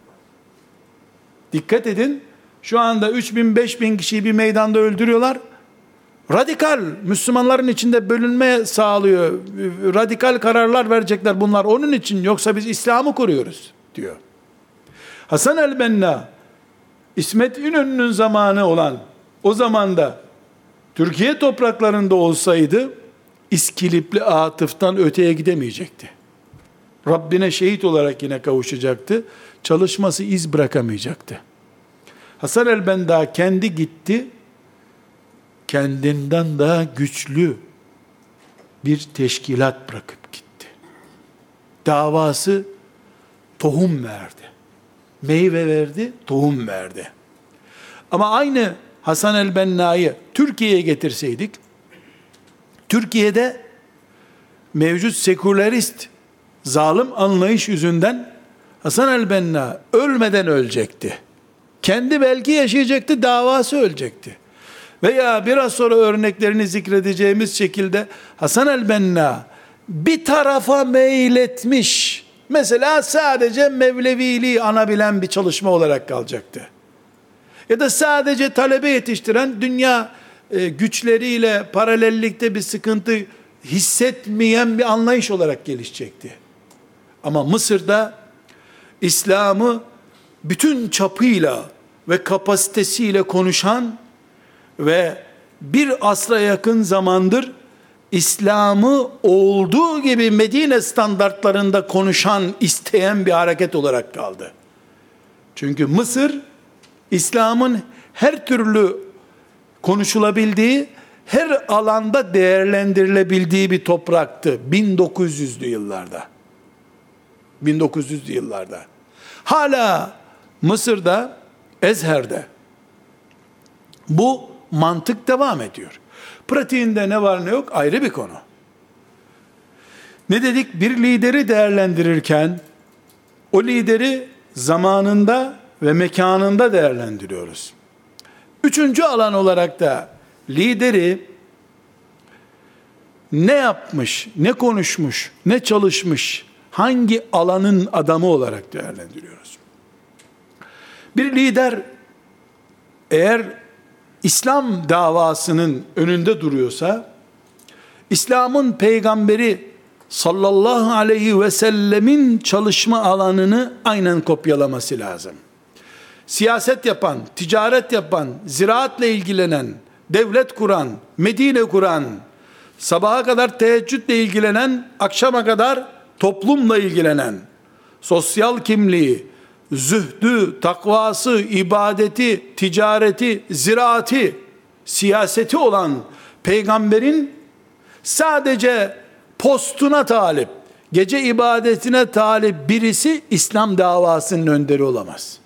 Dikkat edin, şu anda 3000, 5000 kişiyi bir meydanda öldürüyorlar. Radikal, Müslümanların içinde bölünme sağlıyor. Radikal kararlar verecekler bunlar onun için, yoksa biz İslam'ı koruyoruz diyor. Hasan el-Benna, İsmet İnönü'nün zamanı olan o zamanda Türkiye topraklarında olsaydı İskilipli Atıf'tan öteye gidemeyecekti. Rabbine şehit olarak yine kavuşacaktı. Çalışması iz bırakamayacaktı. Hasan el-Benna kendi gitti, kendinden daha güçlü bir teşkilat bırakıp gitti. Davası tohum verdi. Meyve verdi, tohum verdi. Ama aynı Hasan el-Benna'yı Türkiye'ye getirseydik, Türkiye'de mevcut sekülerist, zalim anlayış yüzünden Hasan el-Benna ölmeden ölecekti. Kendi belki yaşayacaktı, davası ölecekti. Veya biraz sonra örneklerini zikredeceğimiz şekilde Hasan el-Benna bir tarafa meyletmiş, mesela sadece Mevleviliği anabilen bir çalışma olarak kalacaktı. Ya da sadece talebe yetiştiren, dünya güçleriyle paralellikte bir sıkıntı hissetmeyen bir anlayış olarak gelişecekti. Ama Mısır'da İslam'ı bütün çapıyla ve kapasitesiyle konuşan ve bir asra yakın zamandır İslam'ı olduğu gibi Medine standartlarında konuşan, isteyen bir hareket olarak kaldı. Çünkü Mısır, İslam'ın her türlü konuşulabildiği, her alanda değerlendirilebildiği bir topraktı 1900'lü yıllarda. 1900'lü yıllarda. Hala Mısır'da, Ezher'de bu mantık devam ediyor. Pratiğinde ne var ne yok ayrı bir konu. Ne dedik? Bir lideri değerlendirirken o lideri zamanında ve mekanında değerlendiriyoruz. Üçüncü alan olarak da lideri ne yapmış, ne konuşmuş, ne çalışmış, hangi alanın adamı olarak değerlendiriyoruz. Bir lider eğer İslam davasının önünde duruyorsa, İslam'ın peygamberi sallallahu aleyhi ve sellemin çalışma alanını aynen kopyalaması lazım. Siyaset yapan, ticaret yapan, ziraatle ilgilenen, devlet kuran, Medine kuran, sabaha kadar teheccüdle ilgilenen, akşama kadar toplumla ilgilenen, sosyal kimliği, zühdü, takvası, ibadeti, ticareti, ziraati, siyaseti olan peygamberin sadece postuna talip, gece ibadetine talip birisi İslam davasının önderi olamaz.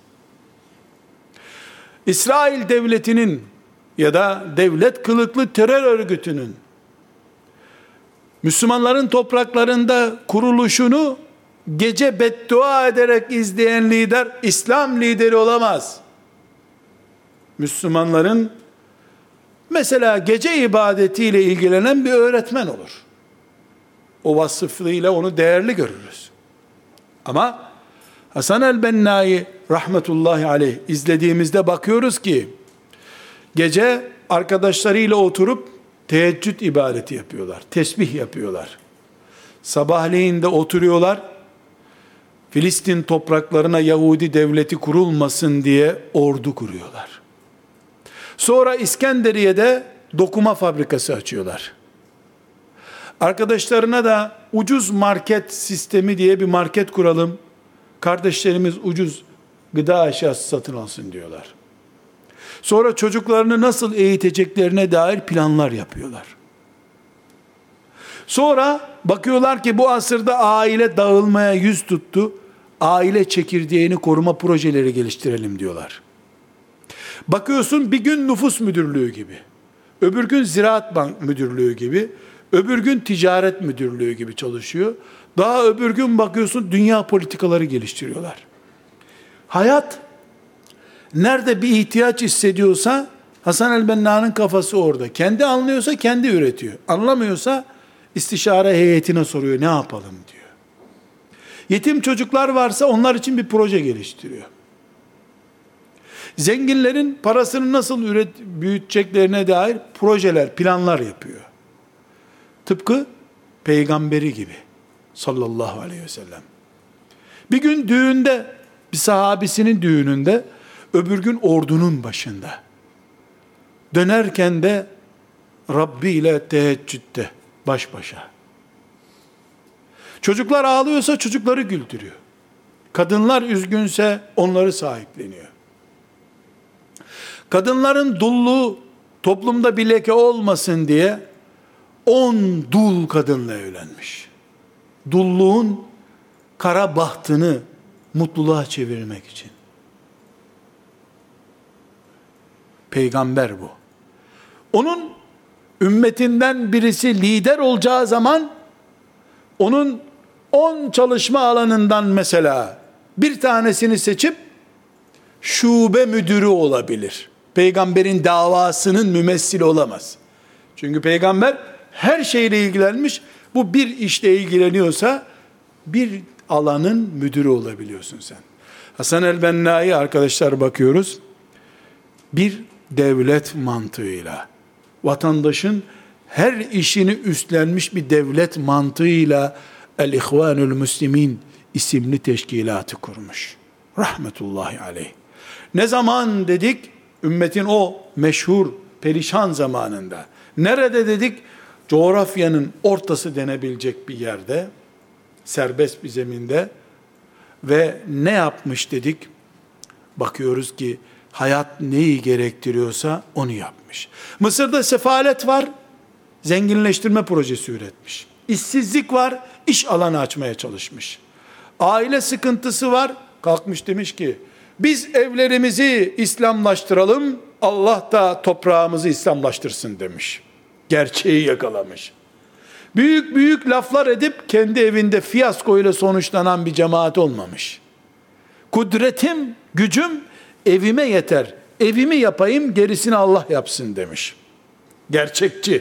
İsrail devletinin ya da devlet kılıklı terör örgütünün Müslümanların topraklarında kuruluşunu gece beddua ederek izleyen lider İslam lideri olamaz. Müslümanların mesela gece ibadetiyle ilgilenen bir öğretmen olur. O vasıflığıyla onu değerli görürüz. Ama Hasan el-Benna'yı rahmetullahi aleyh izlediğimizde bakıyoruz ki gece arkadaşlarıyla oturup teheccüd ibadeti yapıyorlar. Tesbih yapıyorlar. Sabahleyin de oturuyorlar. Filistin topraklarına Yahudi devleti kurulmasın diye ordu kuruyorlar. Sonra İskenderiye'de dokuma fabrikası açıyorlar. Arkadaşlarına da ucuz market sistemi diye bir market kuralım. Kardeşlerimiz ucuz gıda eşyası satın alsın diyorlar. Sonra çocuklarını nasıl eğiteceklerine dair planlar yapıyorlar. Sonra bakıyorlar ki bu asırda aile dağılmaya yüz tuttu. Aile çekirdeğini koruma projeleri geliştirelim diyorlar. Bakıyorsun bir gün nüfus müdürlüğü gibi, öbür gün ziraat bank müdürlüğü gibi, öbür gün ticaret müdürlüğü gibi çalışıyor. Daha öbür gün bakıyorsun dünya politikaları geliştiriyorlar. Hayat nerede bir ihtiyaç hissediyorsa Hasan el-Benna'nın kafası orada. Kendi anlıyorsa kendi üretiyor. Anlamıyorsa istişare heyetine soruyor, ne yapalım diyor. Yetim çocuklar varsa onlar için bir proje geliştiriyor. Zenginlerin parasını nasıl büyüteceklerine dair projeler, planlar yapıyor. Tıpkı peygamberi gibi sallallahu aleyhi ve sellem. Bir gün düğünde, bir sahabisinin düğününde, öbür gün ordunun başında. Dönerken de Rabbi ile teheccüde baş başa. Çocuklar ağlıyorsa çocukları güldürüyor. Kadınlar üzgünse onları sahipleniyor. Kadınların dulluğu toplumda bir leke olmasın diye 10 dul kadınla evlenmiş. Dulluğun kara bahtını mutluluğa çevirmek için. Peygamber bu. Onun ümmetinden birisi lider olacağı zaman onun 10 çalışma alanından mesela bir tanesini seçip şube müdürü olabilir. Peygamberin davasının mümessili olamaz. Çünkü peygamber her şeyle ilgilenmiş. Bu bir işle ilgileniyorsa bir alanın müdürü olabiliyorsun sen. Hasan el-Benna'yı arkadaşlar bakıyoruz. Bir devlet mantığıyla, vatandaşın her işini üstlenmiş bir devlet mantığıyla El-İhvanül Müslimin isimli teşkilatı kurmuş. Rahmetullahi aleyh. Ne zaman dedik? Ümmetin o meşhur perişan zamanında. Nerede dedik? Coğrafyanın ortası denebilecek bir yerde, serbest bir zeminde. Ve ne yapmış dedik? Bakıyoruz ki hayat neyi gerektiriyorsa onu yapmış. Mısır'da sefalet var, zenginleştirme projesi üretmiş. İşsizlik var, iş alanı açmaya çalışmış. Aile sıkıntısı var, kalkmış demiş ki biz evlerimizi İslamlaştıralım, Allah da toprağımızı İslamlaştırsın demiş. Gerçeği yakalamış. Büyük büyük laflar edip kendi evinde fiyasko ile sonuçlanan bir cemaat olmamış. Kudretim, gücüm evime yeter. Evimi yapayım, gerisini Allah yapsın demiş. Gerçekçi.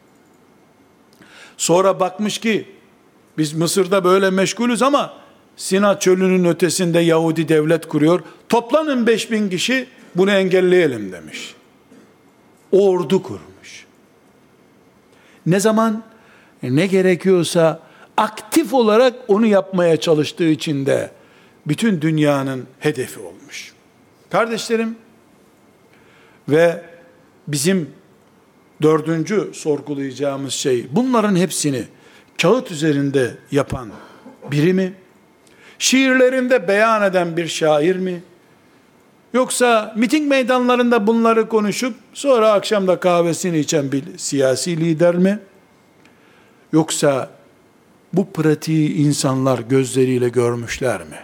Sonra bakmış ki biz Mısır'da böyle meşgulüz ama Sina çölünün ötesinde Yahudi devlet kuruyor. Toplanın 5000 kişi, bunu engelleyelim demiş. Ordu kurmuş. Ne zaman ne gerekiyorsa aktif olarak onu yapmaya çalıştığı için de bütün dünyanın hedefi olmuş. Kardeşlerim, ve bizim dördüncü sorgulayacağımız şey, bunların hepsini kağıt üzerinde yapan biri mi? Şiirlerinde beyan eden bir şair mi? Yoksa miting meydanlarında bunları konuşup sonra akşamda kahvesini içen bir siyasi lider mi? Yoksa bu pratiği insanlar gözleriyle görmüşler mi?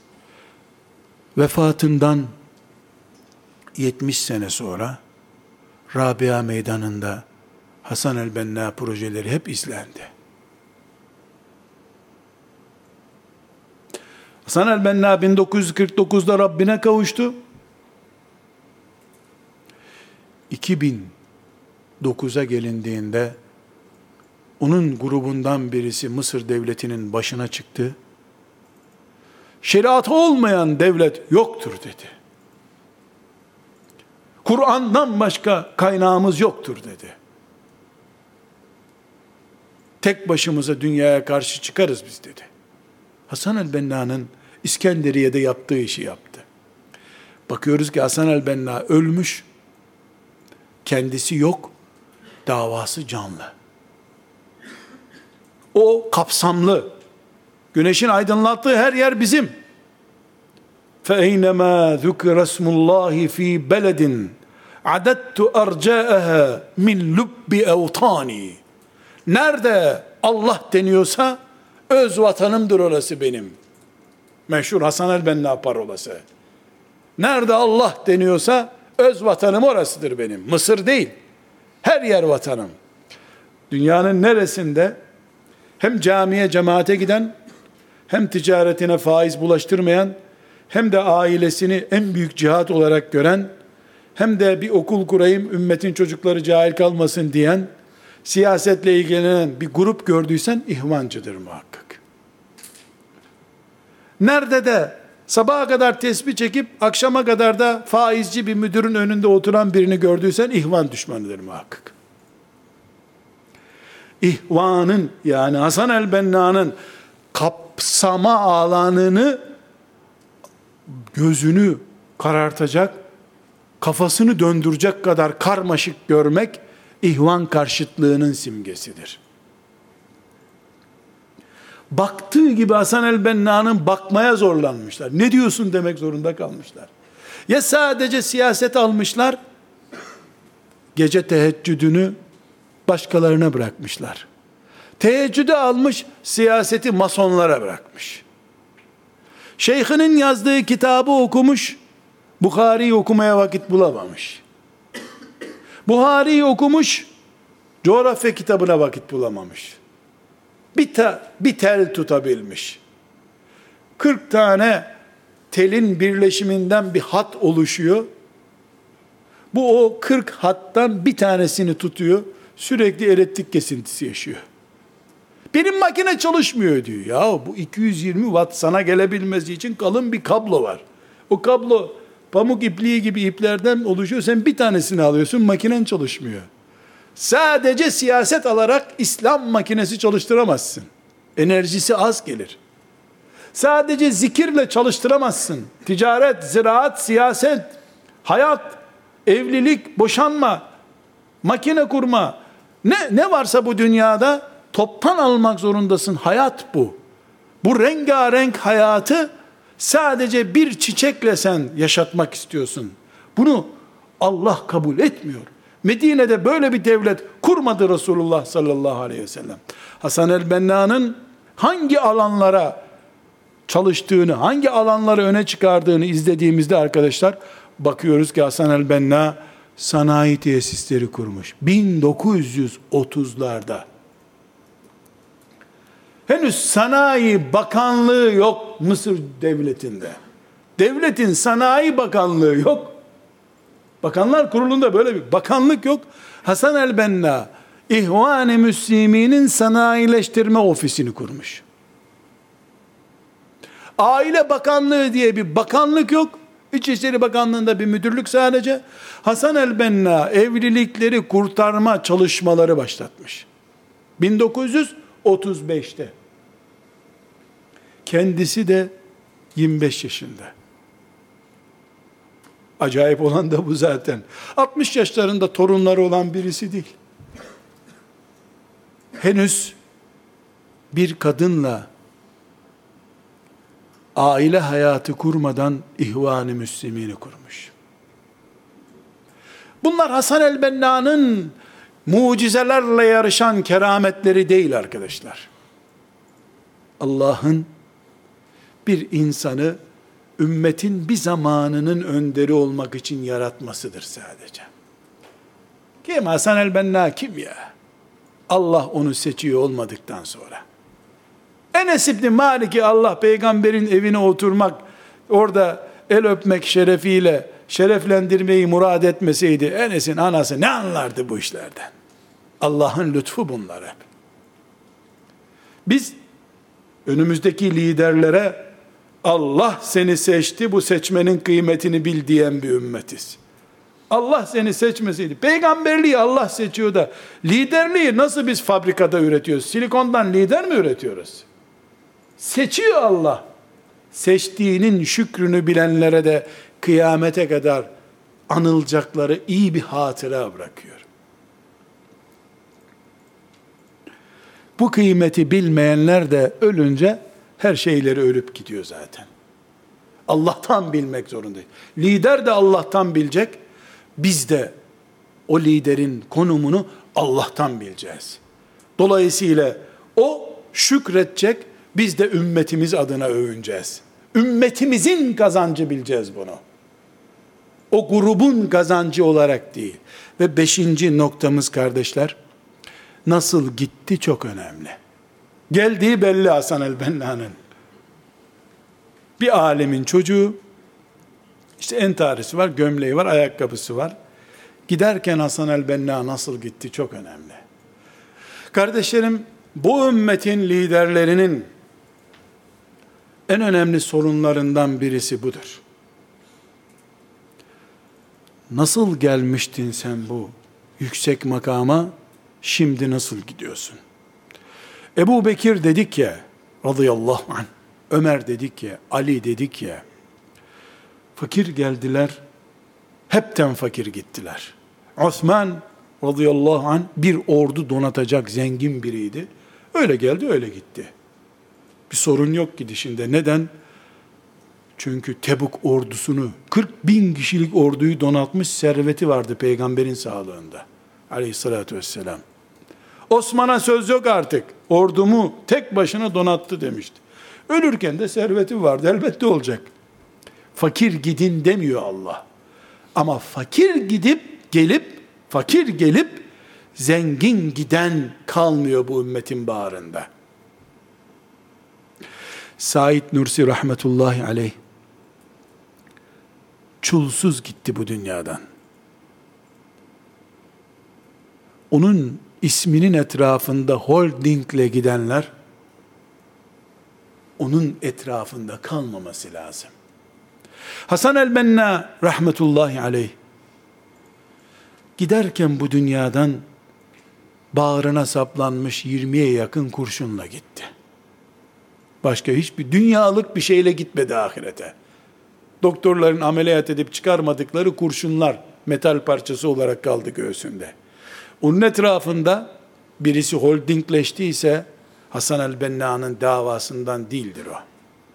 Vefatından 70 sene sonra Rabia Meydanı'nda Hasan el-Benna projeleri hep izlendi. Hasan el-Benna 1949'da Rabbine kavuştu. 2009'a gelindiğinde onun grubundan birisi Mısır devletinin başına çıktı. Şeriat olmayan devlet yoktur dedi. Kur'an'dan başka kaynağımız yoktur dedi. Tek başımıza dünyaya karşı çıkarız biz dedi. Hasan el-Benna'nın İskenderiye'de yaptığı işi yaptı. Bakıyoruz ki Hasan el-Benna ölmüş, kendisi yok, davası canlı. O kapsamlı, güneşin aydınlattığı her yer bizim. فَاَيْنَمَا ذُكْرَ اسْمُ اللّٰهِ ف۪ي بَلَدٍ عَدَدْتُ اَرْجَاءَهَا مِنْ لُبِّ اَوْطَانِي. Nerede Allah deniyorsa öz vatanımdır orası benim. Meşhur Hasan el-Benna parolası. Nerede Allah deniyorsa öz vatanım orasıdır benim. Mısır değil. Her yer vatanım. Dünyanın neresinde hem camiye, cemaate giden, hem ticaretine faiz bulaştırmayan, hem de ailesini en büyük cihat olarak gören, hem de bir okul kurayım, ümmetin çocukları cahil kalmasın diyen, siyasetle ilgilenen bir grup gördüysen ihvancıdır muhakkak. Nerede de sabaha kadar tesbih çekip akşama kadar da faizci bir müdürün önünde oturan birini gördüysen ihvan düşmanıdır muhakkak. İhvanın, yani Hasan el-Benna'nın kapsama alanını, gözünü karartacak, kafasını döndürecek kadar karmaşık görmek ihvan karşıtlığının simgesidir. Baktığı gibi Hasan el-Benna'nın bakmaya zorlanmışlar. Ne diyorsun demek zorunda kalmışlar. Ya sadece siyaset almışlar, gece teheccüdünü başkalarına bırakmışlar. Teheccüdü almış, siyaseti masonlara bırakmış. Şeyhinin yazdığı kitabı okumuş, Bukhari'yi okumaya vakit bulamamış. Buhari'yi okumuş, coğrafya kitabına vakit bulamamış. Bir tel tutabilmiş. 40 tane telin birleşiminden bir hat oluşuyor. Bu o 40 hattan bir tanesini tutuyor. Sürekli elektrik kesintisi yaşıyor. Benim makine çalışmıyor diyor. Ya bu 220 watt sana gelebilmesi için kalın bir kablo var. O kablo pamuk ipliği gibi iplerden oluşuyor. Sen bir tanesini alıyorsun, makinen çalışmıyor. Sadece siyaset alarak İslam makinesi çalıştıramazsın. Enerjisi az gelir. Sadece zikirle çalıştıramazsın. Ticaret, ziraat, siyaset, hayat, evlilik, boşanma, makine kurma, ne varsa bu dünyada toptan almak zorundasın. Hayat bu. Bu rengarenk hayatı sadece bir çiçekle sen yaşatmak istiyorsun. Bunu Allah kabul etmiyor. Medine'de böyle bir devlet kurmadı Resulullah sallallahu aleyhi ve sellem. Hasan el-Benna'nın hangi alanlara çalıştığını, hangi alanları öne çıkardığını izlediğimizde arkadaşlar, bakıyoruz ki Hasan el-Benna sanayi tesisleri kurmuş. 1930'larda. Henüz sanayi bakanlığı yok Mısır devletinde. Devletin sanayi bakanlığı yok. Bakanlar Kurulu'nda böyle bir bakanlık yok. Hasan el-Benna İhvan-ı Müslümin'in sanayileştirme ofisini kurmuş. Aile Bakanlığı diye bir bakanlık yok. İçişleri Bakanlığı'nda bir müdürlük sadece. Hasan el-Benna evlilikleri kurtarma çalışmaları başlatmış. 1935'te. Kendisi de 25 yaşında. Acayip olan da bu zaten. 60 yaşlarında torunları olan birisi değil. Henüz bir kadınla aile hayatı kurmadan İhvan-ı Müslümin'i kurmuş. Bunlar Hasan el-Benna'nın mucizelerle yarışan kerametleri değil arkadaşlar. Allah'ın bir insanı ümmetin bir zamanının önderi olmak için yaratmasıdır sadece. Kim Hasan el-Benna kim ya? Allah onu seçiyor olmadıktan sonra. Enes İbni Malik'i Allah peygamberin evine oturmak, orada el öpmek şerefiyle şereflendirmeyi murad etmeseydi, Enes'in anası ne anlardı bu işlerden? Allah'ın lütfu bunlar hep. Biz önümüzdeki liderlere Allah seni seçti, bu seçmenin kıymetini bil diyen bir ümmetiz. Allah seni seçmeseydi, peygamberliği Allah seçiyor da liderliği nasıl biz fabrikada üretiyoruz? Silikondan lider mi üretiyoruz? Seçiyor Allah. Seçtiğinin şükrünü bilenlere de kıyamete kadar anılacakları iyi bir hatıra bırakıyor. Bu kıymeti bilmeyenler de ölünce her şeyleri ölüp gidiyor zaten. Allah'tan bilmek zorundayız. Lider de Allah'tan bilecek. Biz de o liderin konumunu Allah'tan bileceğiz. Dolayısıyla o şükredecek, biz de ümmetimiz adına övüneceğiz. Ümmetimizin kazancı bileceğiz bunu. O grubun kazancı olarak değil. Ve 5. noktamız kardeşler, nasıl gitti çok önemli. Geldiği belli Hasan el-Benna'nın. Bir alemin çocuğu, işte entarisi var, gömleği var, ayakkabısı var. Giderken Hasan el-Benna nasıl gitti çok önemli. Kardeşlerim, bu ümmetin liderlerinin en önemli sorunlarından birisi budur. Nasıl gelmiştin sen bu yüksek makama, şimdi nasıl gidiyorsun? Ebu Bekir dedik ya, radıyallahu anh, Ömer dedik ya, Ali dedik ya, fakir geldiler, hepten fakir gittiler. Osman radıyallahu anh bir ordu donatacak zengin biriydi. Öyle geldi, öyle gitti. Bir sorun yok gidişinde. Neden? Çünkü Tebuk ordusunu, 40 bin kişilik orduyu donatmış, serveti vardı peygamberin sağlığında. Aleyhissalatü vesselam. Osman'a söz yok artık. Ordumu tek başına donattı demişti. Ölürken de serveti vardı. Elbette olacak. Fakir gidin demiyor Allah. Ama fakir gelip zengin giden kalmıyor bu ümmetin bağrında. Said Nursi rahmetullahi aleyh çulsuz gitti bu dünyadan. Onun isminin etrafında holdingle gidenler, onun etrafında kalmaması lazım. Hasan el-Benna rahmetullahi aleyh giderken bu dünyadan bağrına saplanmış 20'ye yakın kurşunla gitti. Başka hiçbir dünyalık bir şeyle gitmedi ahirete. Doktorların ameliyat edip çıkarmadıkları kurşunlar metal parçası olarak kaldı göğsünde. Onun etrafında birisi holdingleştiyse Hasan el-Benna'nın davasından değildir o.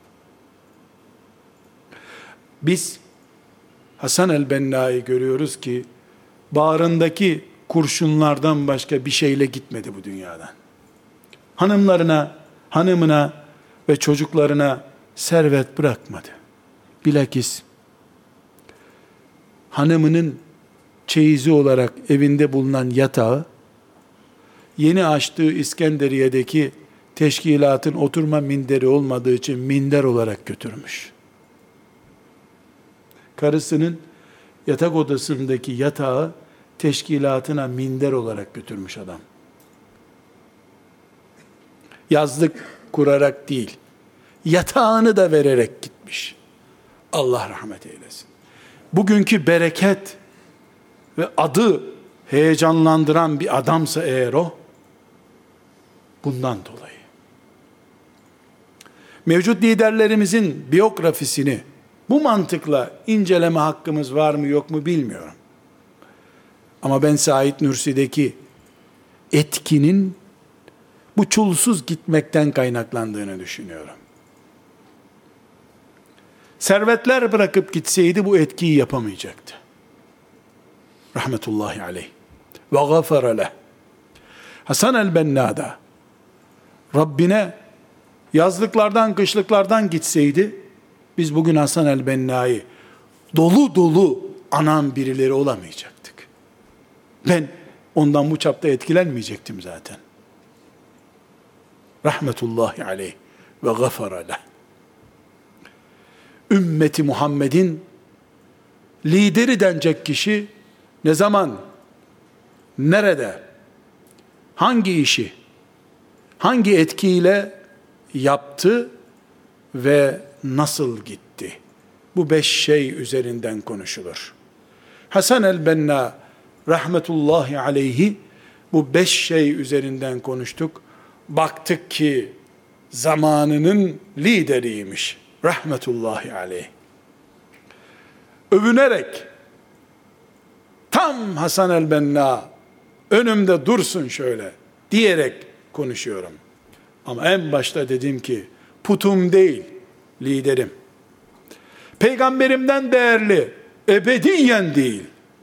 Biz Hasan el-Benna'yı görüyoruz ki bağrındaki kurşunlardan başka bir şeyle gitmedi bu dünyadan. Hanımına ve çocuklarına servet bırakmadı. Bilakis hanımının çeyizi olarak evinde bulunan yatağı yeni açtığı İskenderiye'deki teşkilatın oturma minderi olmadığı için minder olarak götürmüş. Karısının yatak odasındaki yatağı teşkilatına minder olarak götürmüş adam. Yazlık kurarak değil, yatağını da vererek gitmiş. Allah rahmet eylesin. Bugünkü bereket ve adı heyecanlandıran bir adamsa eğer o, bundan dolayı. Mevcut liderlerimizin biyografisini bu mantıkla inceleme hakkımız var mı yok mu bilmiyorum. Ama ben Said Nursi'deki etkinin bu çulsuz gitmekten kaynaklandığını düşünüyorum. Servetler bırakıp gitseydi bu etkiyi yapamayacaktı. Rahmetullahi aleyh. Ve gafara leh. Hasan el-Benna'da Rabbine yazlıklardan, kışlıklardan gitseydi, biz bugün Hasan el-Benna'yı dolu dolu anan birileri olamayacaktık. Ben ondan bu çapta etkilenmeyecektim zaten. Rahmetullahi aleyh ve gafara leh. Ümmeti Muhammed'in lideri denecek kişi ne zaman, nerede, hangi işi, hangi etkiyle yaptı ve nasıl gitti? Bu 5 şey üzerinden konuşulur. Hasan el-Benna rahmetullahi aleyhi bu 5 şey üzerinden konuştuk. Baktık ki zamanının lideriymiş. Rahmetullahi aleyh. Övünerek tam Hasan el-Benna önümde dursun şöyle diyerek konuşuyorum. Ama en başta dedim ki putum değil, liderim. Peygamberimden değerli, ebediyen değil.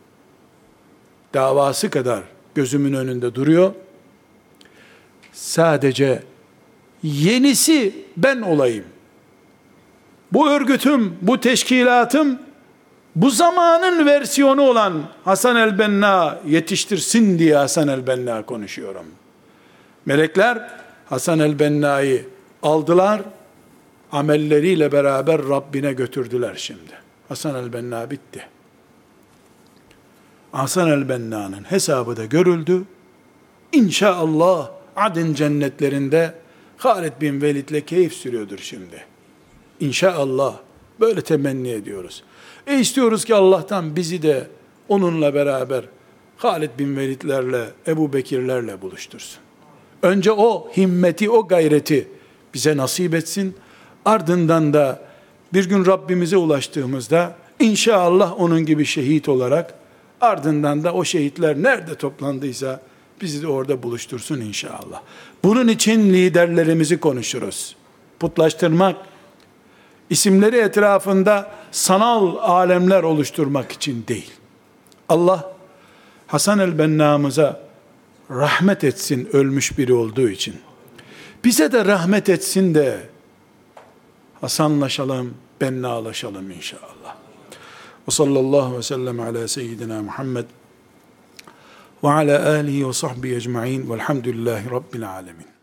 Davası kadar gözümün önünde duruyor. Sadece yenisi ben olayım. Bu örgütüm, bu teşkilatım, bu zamanın versiyonu olan Hasan el-Benna yetiştirsin diye Hasan el-Benna konuşuyorum. Melekler Hasan el-Benna'yı aldılar, amelleriyle beraber Rabbine götürdüler şimdi. Hasan el-Benna bitti. Hasan el-Benna'nın hesabı da görüldü. İnşallah Adın cennetlerinde Halid bin Velid'le keyif sürüyordur şimdi. İnşallah böyle temenni ediyoruz. İstiyoruz ki Allah'tan bizi de onunla beraber Halid bin Velid'lerle, Ebu Bekir'lerle buluştursun. Önce o himmeti, o gayreti bize nasip etsin. Ardından da bir gün Rabbimize ulaştığımızda inşallah onun gibi şehit olarak Ardından da o şehitler nerede toplandıysa bizi de orada buluştursun inşallah. Bunun için liderlerimizi konuşuruz. Putlaştırmak, isimleri etrafında sanal alemler oluşturmak için değil. Allah Hasan el-Benna'mıza rahmet etsin, ölmüş biri olduğu için. Bize de rahmet etsin de Hasanlaşalım, Benna'laşalım inşallah. Ve sallallahu ve sellem ala seyyidina Muhammed ve ala alihi ve sahbihi ecma'in velhamdülillahi rabbil alemin.